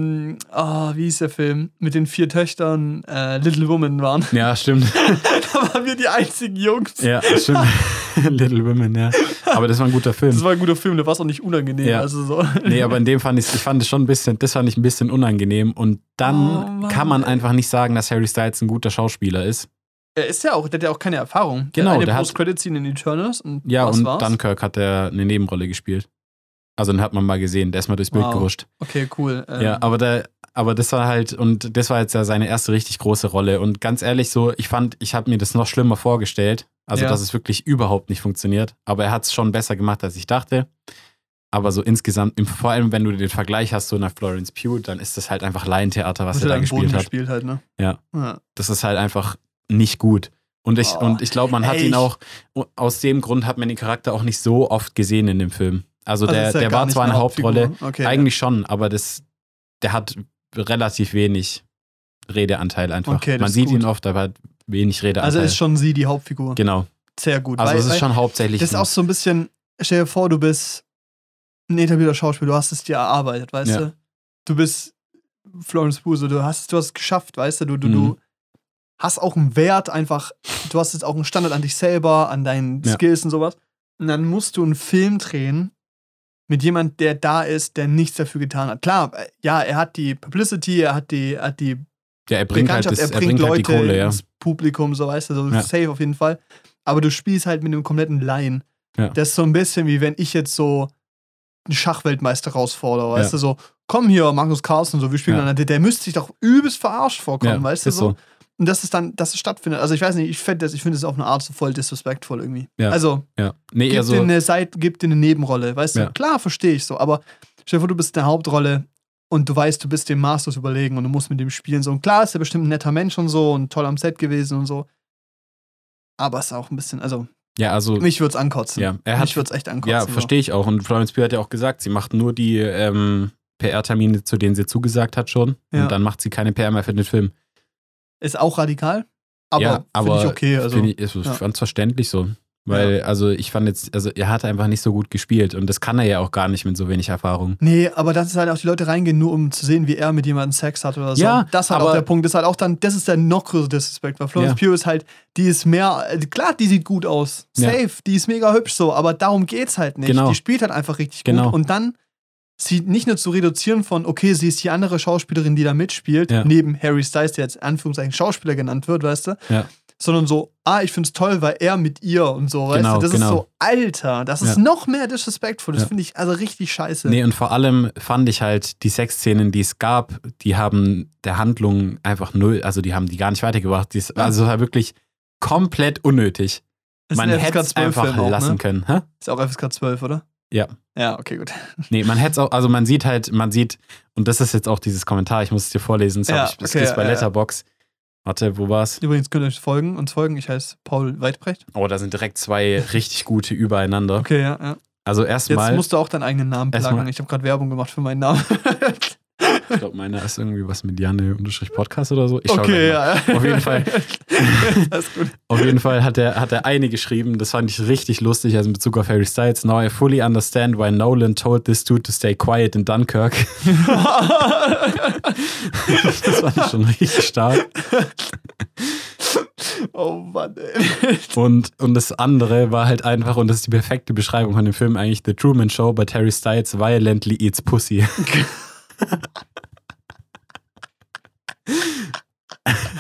wie hieß der Film? Mit den 4 Töchtern Little Women waren. Ja, stimmt. Da waren wir die einzigen Jungs. Ja, stimmt. Little Women, ja. Aber das war ein guter Film. Das war ein guter Film, da war es auch nicht unangenehm. Ja. Also so. Nee, aber in dem fand es schon ein bisschen, das fand ich ein bisschen unangenehm und dann kann man einfach nicht sagen, dass Harry Styles ein guter Schauspieler ist. Er ist ja auch, der hat ja auch keine Erfahrung. Genau, der hat eine Post-Credit-Scene in Eternals und ja, was und war's? Dunkirk hat er eine Nebenrolle gespielt. Also den hat man mal gesehen, der ist mal durchs Bild gehuscht. Okay, cool. Ja, aber das war halt, und das war jetzt ja seine erste richtig große Rolle. Und ganz ehrlich so, ich habe mir das noch schlimmer vorgestellt. Also, dass es wirklich überhaupt nicht funktioniert. Aber er hat es schon besser gemacht, als ich dachte. Aber so insgesamt, vor allem wenn du den Vergleich hast so nach Florence Pugh, dann ist das halt einfach Laientheater, was er da gespielt hat. Halt, ne? Ja. Das ist halt einfach nicht gut. Und ich glaube, man hat ihn auch, aus dem Grund hat man den Charakter auch nicht so oft gesehen in dem Film. Also der war zwar eine Hauptrolle, okay, eigentlich schon, aber der hat relativ wenig Redeanteil einfach. Okay, man sieht ihn oft, aber hat wenig Redeanteil. Also ist schon sie die Hauptfigur. Genau. Sehr gut. Also es ist schon hauptsächlich. Das ist auch so ein bisschen, stell dir vor, du bist ein etablierter Schauspieler, du hast es dir erarbeitet, weißt du? Du bist Florence Pugh, du hast es geschafft, weißt du? Du hast auch einen Wert einfach, du hast jetzt auch einen Standard an dich selber, an deinen Skills und sowas. Und dann musst du einen Film drehen mit jemand, der da ist, der nichts dafür getan hat. Klar, ja, er hat die Publicity, er bringt Leute halt die Kohle, ins Publikum, so weißt du, so safe auf jeden Fall. Aber du spielst halt mit einem kompletten Laien. Ja. Das ist so ein bisschen wie wenn ich jetzt so einen Schachweltmeister herausfordere, weißt du, so, komm hier, Magnus Carlsen, so, wir spielen dann, der müsste sich doch übelst verarscht vorkommen, weißt du, so. Und das ist dann, dass es stattfindet. Also ich weiß nicht, ich finde das auf eine Art so voll disrespectful irgendwie. Ja. Also, nee, gib dir eine Nebenrolle, weißt du? Klar, verstehe ich so, aber stell dir vor, du bist in der Hauptrolle und du weißt, du bist dem Masters überlegen und du musst mit dem spielen. So. Und klar ist er bestimmt ein netter Mensch und so und toll am Set gewesen und so. Aber es ist auch ein bisschen, also mich würde es ankotzen. Ja, mich würde es echt ankotzen. Ja, verstehe ich auch. Und Florence Pugh hat ja auch gesagt, sie macht nur die PR-Termine, zu denen sie zugesagt hat schon. Ja. Und dann macht sie keine PR mehr für den Film. Ist auch radikal, aber finde ich okay. Also, ist ganz verständlich so. Weil, ich fand jetzt, er hat einfach nicht so gut gespielt und das kann er ja auch gar nicht mit so wenig Erfahrung. Nee, aber das ist halt auch, die Leute reingehen, nur um zu sehen, wie er mit jemandem Sex hat oder so. Ja, das ist halt auch der Punkt. Das ist halt auch dann, das ist der noch größere Disrespect, weil Florence Pugh ist halt, die ist mehr, klar, die sieht gut aus. Safe, die ist mega hübsch so, aber darum geht's halt nicht. Genau. Die spielt halt einfach richtig gut und dann sie nicht nur zu reduzieren von, okay, sie ist die andere Schauspielerin, die da mitspielt, neben Harry Styles, der jetzt in Anführungszeichen Schauspieler genannt wird, weißt du? Ja. Sondern so, ich find's toll, weil er mit ihr und so, weißt du? Das ist so, Alter, das ist noch mehr disrespectful. Das finde ich also richtig scheiße. Nee, und vor allem fand ich halt die Sexszenen, die es gab, die haben der Handlung einfach null, also die haben die gar nicht weitergebracht. Also war wirklich komplett unnötig. Man hätte es einfach lassen können. Hä? Ist auch FSK 12, oder? Ja. Ja, okay, gut. Nee, man hätte es auch, also man sieht, und das ist jetzt auch dieses Kommentar, ich muss es dir vorlesen, das ist bei Letterboxd. Warte, wo war's? Übrigens könnt ihr uns folgen. Ich heiße Paul Weidbrecht. Oh, da sind direkt 2 richtig gute übereinander. Okay, ja. Also erstmal. Jetzt musst du auch deinen eigenen Namen pluggen. Ich habe gerade Werbung gemacht für meinen Namen. Ich glaube, meiner ist irgendwie was mit Janne-Podcast oder so. Ich schau okay, ja. Auf jeden Fall. Das ist gut. Auf jeden Fall hat er eine geschrieben, das fand ich richtig lustig, also in Bezug auf Harry Styles. Now I fully understand why Nolan told this dude to stay quiet in Dunkirk. Das fand ich schon richtig stark. Oh Mann, ey. Und das andere war halt einfach, und das ist die perfekte Beschreibung von dem Film eigentlich, The Truman Show, but Harry Styles violently eats pussy.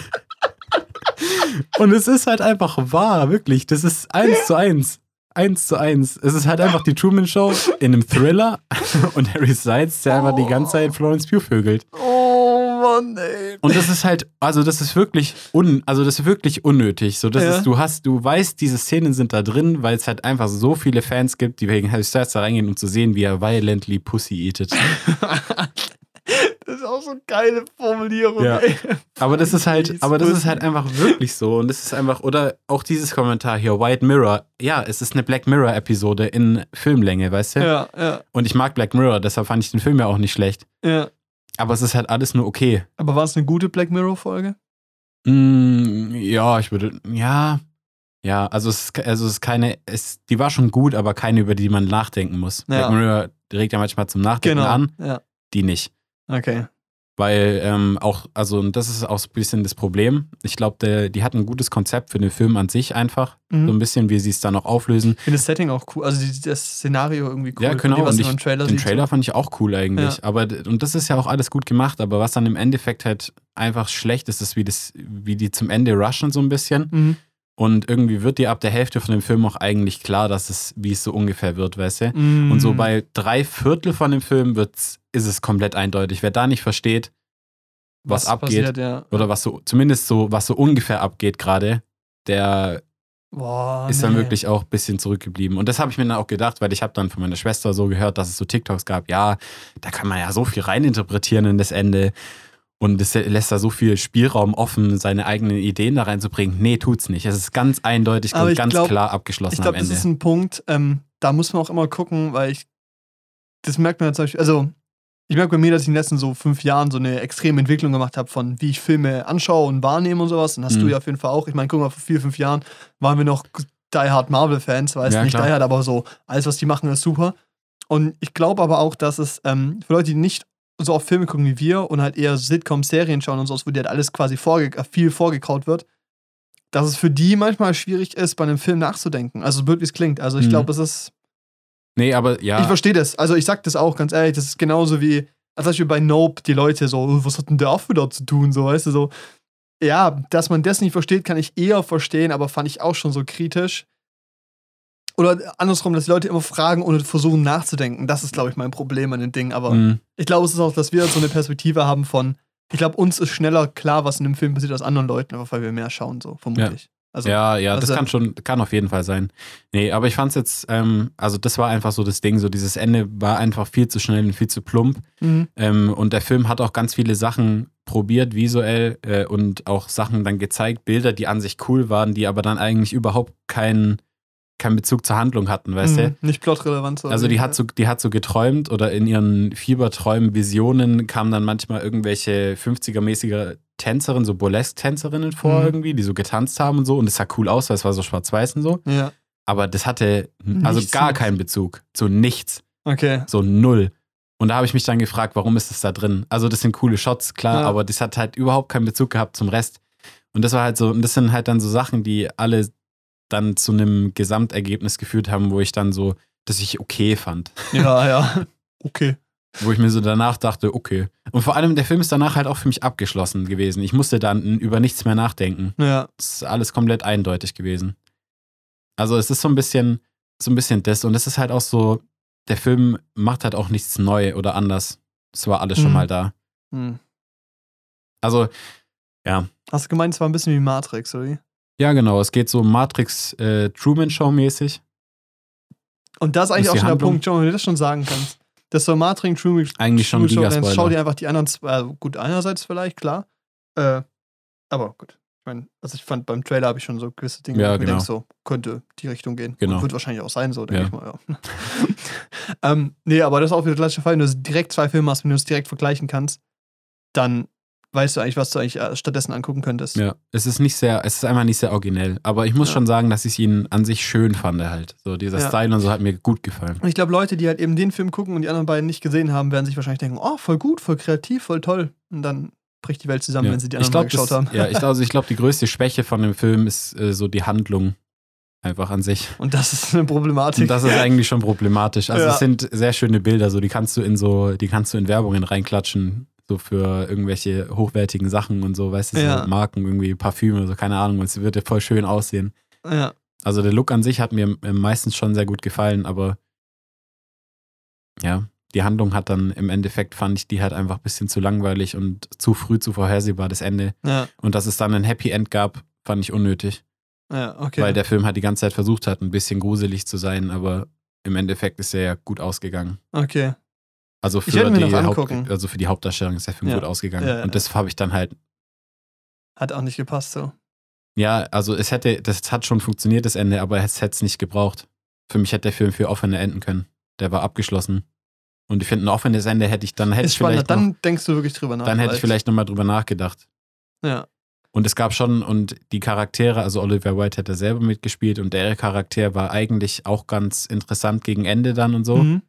Und es ist halt einfach wahr, wirklich. Das ist 1:1. 1:1. Es ist halt einfach die Truman Show in einem Thriller und Harry Styles, der einfach die ganze Zeit Florence Pugh vögelt. Oh Mann, ey. Und das ist halt, also das ist wirklich unnötig. So, das ist, du weißt, diese Szenen sind da drin, weil es halt einfach so viele Fans gibt, die wegen Harry Styles da reingehen, um zu sehen, wie er violently Pussy eatet. Das ist auch so eine geile Formulierung, ja. ey. Aber das ist halt einfach wirklich so. Und das ist einfach, oder auch dieses Kommentar hier, White Mirror. Ja, es ist eine Black Mirror-Episode in Filmlänge, weißt du? Ja. Und ich mag Black Mirror, deshalb fand ich den Film ja auch nicht schlecht. Ja. Aber es ist halt alles nur okay. Aber war es eine gute Black Mirror-Folge? Ja, also es ist keine, die war schon gut, aber keine, über die man nachdenken muss. Ja. Black Mirror regt ja manchmal zum Nachdenken an, die nicht. Okay. Weil und das ist auch so ein bisschen das Problem. Ich glaube, die hatten ein gutes Konzept für den Film an sich einfach. So ein bisschen, wie sie es dann noch auflösen. Ich finde das Setting auch cool, also das Szenario irgendwie cool. Ja, genau. Was und den Trailer fand ich auch cool eigentlich. Ja. Und das ist ja auch alles gut gemacht, aber was dann im Endeffekt halt einfach schlecht ist, ist, wie die zum Ende rushen so ein bisschen. Mhm. Und irgendwie wird dir ab der Hälfte von dem Film auch eigentlich klar, wie es so ungefähr wird, weißt du? Und so bei 3/4 von dem Film ist es komplett eindeutig. Wer da nicht versteht, was abgeht, passiert, oder was so ungefähr abgeht gerade, der ist dann wirklich auch ein bisschen zurückgeblieben. Und das habe ich mir dann auch gedacht, weil ich habe dann von meiner Schwester so gehört, dass es so TikToks gab, ja, da kann man ja so viel reininterpretieren in das Ende. Und es lässt da so viel Spielraum offen, seine eigenen Ideen da reinzubringen. Nee, tut's nicht. Es ist ganz eindeutig und ganz klar abgeschlossen am Ende. Ich glaube, das ist ein Punkt, da muss man auch immer gucken, weil das merkt man ja zum Beispiel, also ich merke bei mir, dass ich in den letzten so 5 Jahren so eine extreme Entwicklung gemacht habe von wie ich Filme anschaue und wahrnehme und sowas. Und hast du ja auf jeden Fall auch. Ich meine, guck mal, vor 4, 5 Jahren waren wir noch Die Hard Marvel-Fans, weißt du, nicht klar. Die Hard, aber so, alles, was die machen, ist super. Und ich glaube aber auch, dass es für Leute, die nicht so auf Filme gucken wie wir und halt eher Sitcom-Serien schauen und so, wo dir halt alles quasi viel vorgekaut wird, dass es für die manchmal schwierig ist, bei einem Film nachzudenken. Also blöd, wie es klingt. Also ich glaube, es ist... Nee, aber ja. Ich verstehe das. Also ich sag das auch ganz ehrlich, das ist genauso wie, als Beispiel bei Nope, die Leute so, was hat denn der Affe da zu tun, so, weißt du, so. Ja, dass man das nicht versteht, kann ich eher verstehen, aber fand ich auch schon so kritisch. Oder andersrum, dass die Leute immer fragen und versuchen nachzudenken. Das ist, glaube ich, mein Problem an den Dingen. Aber ich glaube, es ist auch, dass wir so eine Perspektive haben von, ich glaube, uns ist schneller klar, was in dem Film passiert, als anderen Leuten, einfach weil wir mehr schauen, so, vermutlich. Ja. Das kann auf jeden Fall sein. Nee, aber ich fand's jetzt, also das war einfach so das Ding, so dieses Ende war einfach viel zu schnell und viel zu plump. Und der Film hat auch ganz viele Sachen probiert, visuell, und auch Sachen dann gezeigt, Bilder, die an sich cool waren, die aber dann eigentlich überhaupt keinen Bezug zur Handlung hatten, weißt du? Nicht plotrelevant. So also die hat so geträumt oder in ihren Fieberträumen, Visionen kamen dann manchmal irgendwelche 50er-mäßige Tänzerinnen, so Burlesque-Tänzerinnen vor irgendwie, die so getanzt haben und so, und es sah cool aus, weil es war so schwarz-weiß und so. Ja. Aber das hatte gar keinen Bezug zu nichts. Okay. So 0. Und da habe ich mich dann gefragt, warum ist das da drin? Also das sind coole Shots, klar, aber das hat halt überhaupt keinen Bezug gehabt zum Rest. Und das war halt so, und das sind halt dann so Sachen, die alle dann zu einem Gesamtergebnis geführt haben, wo ich dann so, dass ich okay fand. Ja, okay. Wo ich mir so danach dachte, okay. Und vor allem, der Film ist danach halt auch für mich abgeschlossen gewesen. Ich musste dann über nichts mehr nachdenken. Ja. Es ist alles komplett eindeutig gewesen. Also es ist so ein bisschen das. Und es ist halt auch so, der Film macht halt auch nichts neu oder anders. Es war alles schon mal da. Also, ja. Hast du gemeint, es war ein bisschen wie Matrix, oder wie? Ja, genau. Es geht so Matrix-Truman-Show-mäßig. Und das ist eigentlich auch schon der Punkt, John, wenn du das schon sagen kannst. Das soll Matrix, Truman eigentlich schon Show, dann Gigaspoiler. schau dir einfach die anderen zwei, gut, einerseits vielleicht, klar. Aber gut. Ich meine, also ich fand, beim Trailer habe ich schon so gewisse Dinge, wo ich mir denke, so könnte die Richtung gehen. Genau. Und wird wahrscheinlich auch sein, so, denke ich mal, ja. Nee, aber das ist auch wieder der gleiche Fall. Wenn du direkt 2 Filme hast, wenn du es direkt vergleichen kannst, dann weißt du eigentlich, was du eigentlich stattdessen angucken könntest. Ja, es ist einfach nicht sehr originell. Aber ich muss schon sagen, dass ich ihn an sich schön fand halt. So dieser Style und so hat mir gut gefallen. Und ich glaube, Leute, die halt eben den Film gucken und die anderen beiden nicht gesehen haben, werden sich wahrscheinlich denken, oh, voll gut, voll kreativ, voll toll. Und dann bricht die Welt zusammen, wenn sie die anderen mal geschaut haben. Ja, ich glaube, die größte Schwäche von dem Film ist so die Handlung einfach an sich. Und das ist eine Problematik. Und das ist eigentlich schon problematisch. Also es sind sehr schöne Bilder, so die kannst du in Werbungen reinklatschen. so für irgendwelche hochwertigen Sachen und so, weißt du, so Marken, irgendwie Parfüm oder so, keine Ahnung, und es wird ja voll schön aussehen. Ja. Also der Look an sich hat mir meistens schon sehr gut gefallen, aber ja, die Handlung hat dann im Endeffekt, fand ich die halt einfach ein bisschen zu langweilig und zu früh zu vorhersehbar, das Ende. Ja. Und dass es dann ein Happy End gab, fand ich unnötig. Ja, okay. Weil der Film halt die ganze Zeit versucht hat, ein bisschen gruselig zu sein, aber im Endeffekt ist er ja gut ausgegangen. Okay. Also für die Hauptdarstellung ist der Film gut ausgegangen. Ja. Und das habe ich dann halt. Hat auch nicht gepasst so. Ja, also das hat schon funktioniert, das Ende, aber es hätte es nicht gebraucht. Für mich hätte der Film viel offener enden können. Der war abgeschlossen. Und ich finde, ein offenes Ende hätte ich vielleicht. Dann denkst du wirklich drüber nach. Dann hätte ich vielleicht nochmal drüber nachgedacht. Ja. Und es gab schon, und die Charaktere, also Oliver White hat da selber mitgespielt und der Charakter war eigentlich auch ganz interessant gegen Ende dann und so. Mhm.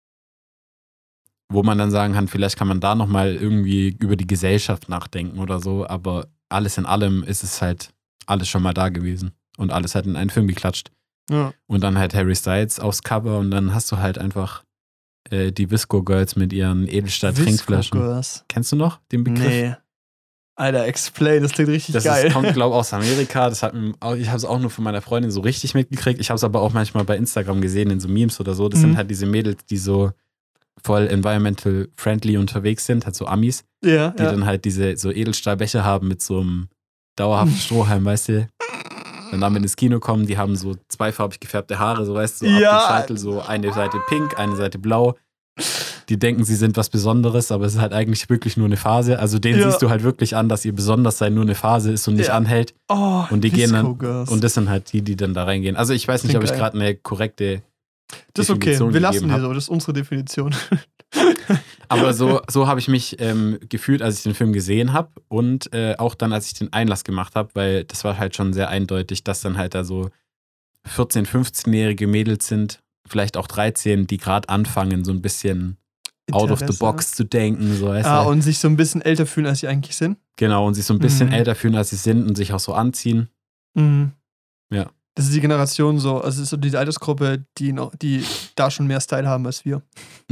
Wo man dann sagen kann, vielleicht kann man da nochmal irgendwie über die Gesellschaft nachdenken oder so, aber alles in allem ist es halt alles schon mal da gewesen und alles hat in einen Film geklatscht. Ja. Und dann halt Harry Styles aufs Cover und dann hast du halt einfach die Visco Girls mit ihren Edelstahl-Trinkflaschen. Visco Girls. Kennst du noch den Begriff? Nee. Alter, explain, das klingt richtig geil. Das kommt, glaube ich, aus Amerika. Ich habe es auch nur von meiner Freundin so richtig mitgekriegt. Ich habe es aber auch manchmal bei Instagram gesehen, in so Memes oder so. Das sind halt diese Mädels, die so voll environmental friendly unterwegs sind, halt so Amis, die dann halt diese so Edelstahlbecher haben mit so einem dauerhaften Strohhalm, weißt du? Dann damit ins Kino kommen, die haben so zweifarbig gefärbte Haare, so weißt du, so ab dem Scheitel, so eine Seite pink, eine Seite blau. Die denken, sie sind was Besonderes, aber es ist halt eigentlich wirklich nur eine Phase. Also denen siehst du halt wirklich an, dass ihr Besonderssein nur eine Phase ist und nicht anhält. Oh, und die gehen dann, und das sind halt die dann da reingehen. Also ich weiß nicht, ob ich gerade eine korrekte Das ist okay, wir lassen die so, das ist unsere Definition. Aber so habe ich mich gefühlt, als ich den Film gesehen habe und auch dann, als ich den Einlass gemacht habe, weil das war halt schon sehr eindeutig, dass dann halt da so 14-, 15-jährige Mädels sind, vielleicht auch 13, die gerade anfangen, so ein bisschen out of the box zu denken. So, und sich so ein bisschen älter fühlen, als sie eigentlich sind. Genau, und sich so ein bisschen älter fühlen, als sie sind und sich auch so anziehen. Mhm. Ja. Das ist die Generation so, also es ist so diese Altersgruppe, die da schon mehr Style haben als wir.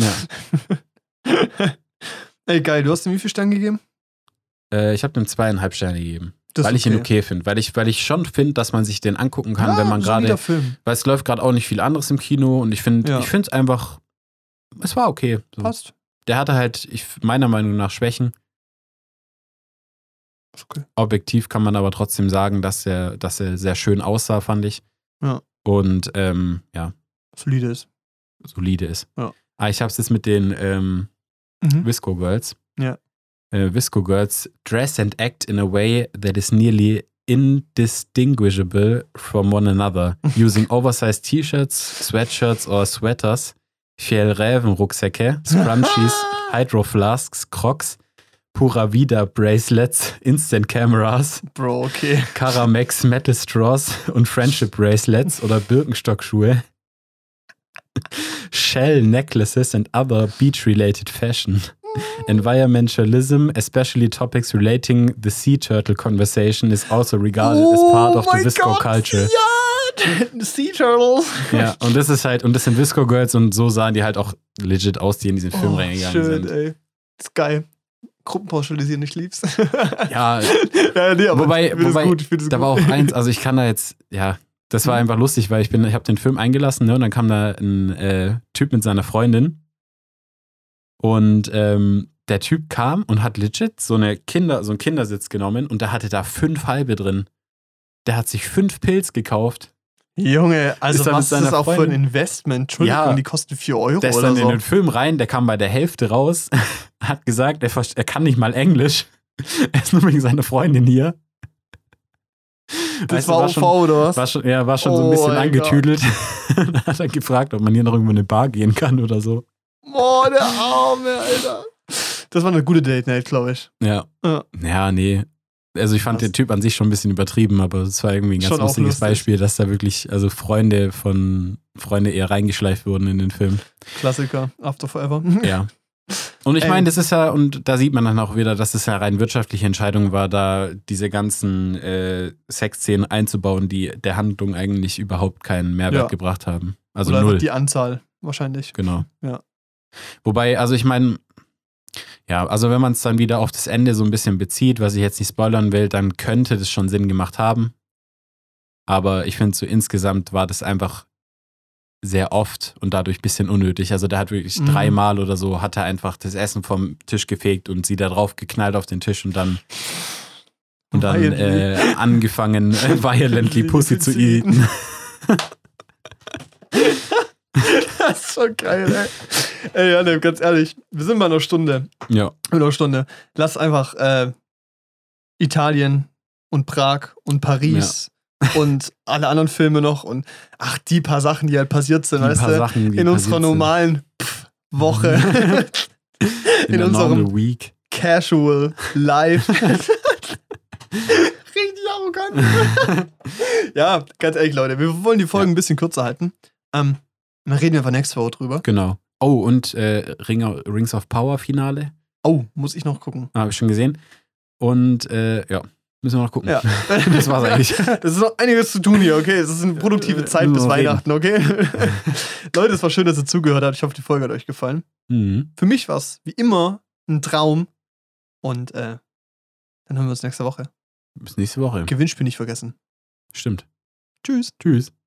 Ja. Ey, geil, du hast ihm wie viel Sterne gegeben? Ich habe dem 2,5 Sterne gegeben. Weil ich ihn okay finde. Weil ich schon finde, dass man sich den angucken kann, wenn man gerade. Weil es läuft gerade auch nicht viel anderes im Kino und ich finde es einfach. Es war okay. So. Passt. Der hatte halt, meiner Meinung nach, Schwächen. Okay. Objektiv kann man aber trotzdem sagen, dass er sehr schön aussah, fand ich. Ja. Und Solide ist. Ja. Ich habe es jetzt mit den Visco Girls. Ja. Visco Girls dress and act in a way that is nearly indistinguishable from one another, using oversized T-Shirts, Sweatshirts or sweaters, Fjällräven-Rucksäcke, Scrunchies, Hydro Flasks, Crocs, Pura Vida Bracelets, Instant Cameras, Bro, okay. Caramex Metal Straws und Friendship Bracelets oder Birkenstock-Schuhe, Shell Necklaces and other beach-related fashion. Environmentalism, especially topics relating the sea turtle conversation, is also regarded as part of the Visco culture. Ja, Sea Turtles. Ja, und das sind Visco Girls und so sahen die halt auch legit aus, die in diesen Film reingegangen sind. Ey. Das ist geil. Gruppenpauschalisieren, ich lieb's. Ja, nee, aber wobei da war auch eins, also ich kann da jetzt, das war einfach lustig, weil ich habe den Film eingelassen, ne, und dann kam da ein Typ mit seiner Freundin und der Typ kam und hat legit so einen Kindersitz genommen und der hatte da 5 halbe drin. Der hat sich 5 Pilz gekauft. Junge, also was ist das auch für ein Investment? Entschuldigung, die kosten 4 Euro der ist oder dann so. in den Film rein, der kam bei der Hälfte raus, hat gesagt, er kann nicht mal Englisch. Er ist nur wegen seiner Freundin hier. Das war OV, oder was? War schon so ein bisschen angetüdelt. Hat er gefragt, ob man hier noch irgendwo in eine Bar gehen kann oder so. Boah, der Arme, Alter. Das war eine gute Date-Night, glaube ich. Ja. Ja, nee. Also ich fand den Typ an sich schon ein bisschen übertrieben, aber es war irgendwie ein ganz lustiges Beispiel, dass da wirklich Freunde eher reingeschleift wurden in den Film. Klassiker, After Forever. Ja. Und ich meine, das ist ja, und da sieht man dann auch wieder, dass es ja rein wirtschaftliche Entscheidung war, da diese ganzen Sexszenen einzubauen, die der Handlung eigentlich überhaupt keinen Mehrwert gebracht haben. Also oder 0. Die Anzahl wahrscheinlich. Genau. Ja. Wobei, also ich meine, Ja, also wenn man es dann wieder auf das Ende so ein bisschen bezieht, was ich jetzt nicht spoilern will, dann könnte das schon Sinn gemacht haben. Aber ich finde so insgesamt war das einfach sehr oft und dadurch ein bisschen unnötig. Also der hat wirklich 3-mal oder so, hat er einfach das Essen vom Tisch gefegt und sie da drauf geknallt auf den Tisch und dann angefangen, violently Pussy zu eaten. Das ist schon geil, ey. Ey, Janne, ganz ehrlich, wir sind bei einer Stunde. Ja. Über eine Stunde. Lass einfach Italien und Prag und Paris und alle anderen Filme noch und die paar Sachen, die halt passiert sind, weißt du, in unserer normalen Woche. in unserem Week. Casual Life. Richtig arrogant. Ja, ganz ehrlich, Leute, wir wollen die Folgen ein bisschen kürzer halten. Dann reden wir einfach nächste Woche drüber. Genau. Oh, und Rings of Power Finale. Oh, muss ich noch gucken. Habe ich schon gesehen. Und müssen wir noch gucken. Ja. Das war's eigentlich. Das ist noch einiges zu tun hier, okay? Es ist eine produktive Zeit bis Weihnachten, okay? Leute, es war schön, dass ihr zugehört habt. Ich hoffe, die Folge hat euch gefallen. Für mich war es wie immer ein Traum. Und dann hören wir uns nächste Woche. Bis nächste Woche. Gewinnspiel nicht vergessen. Stimmt. Tschüss. Tschüss.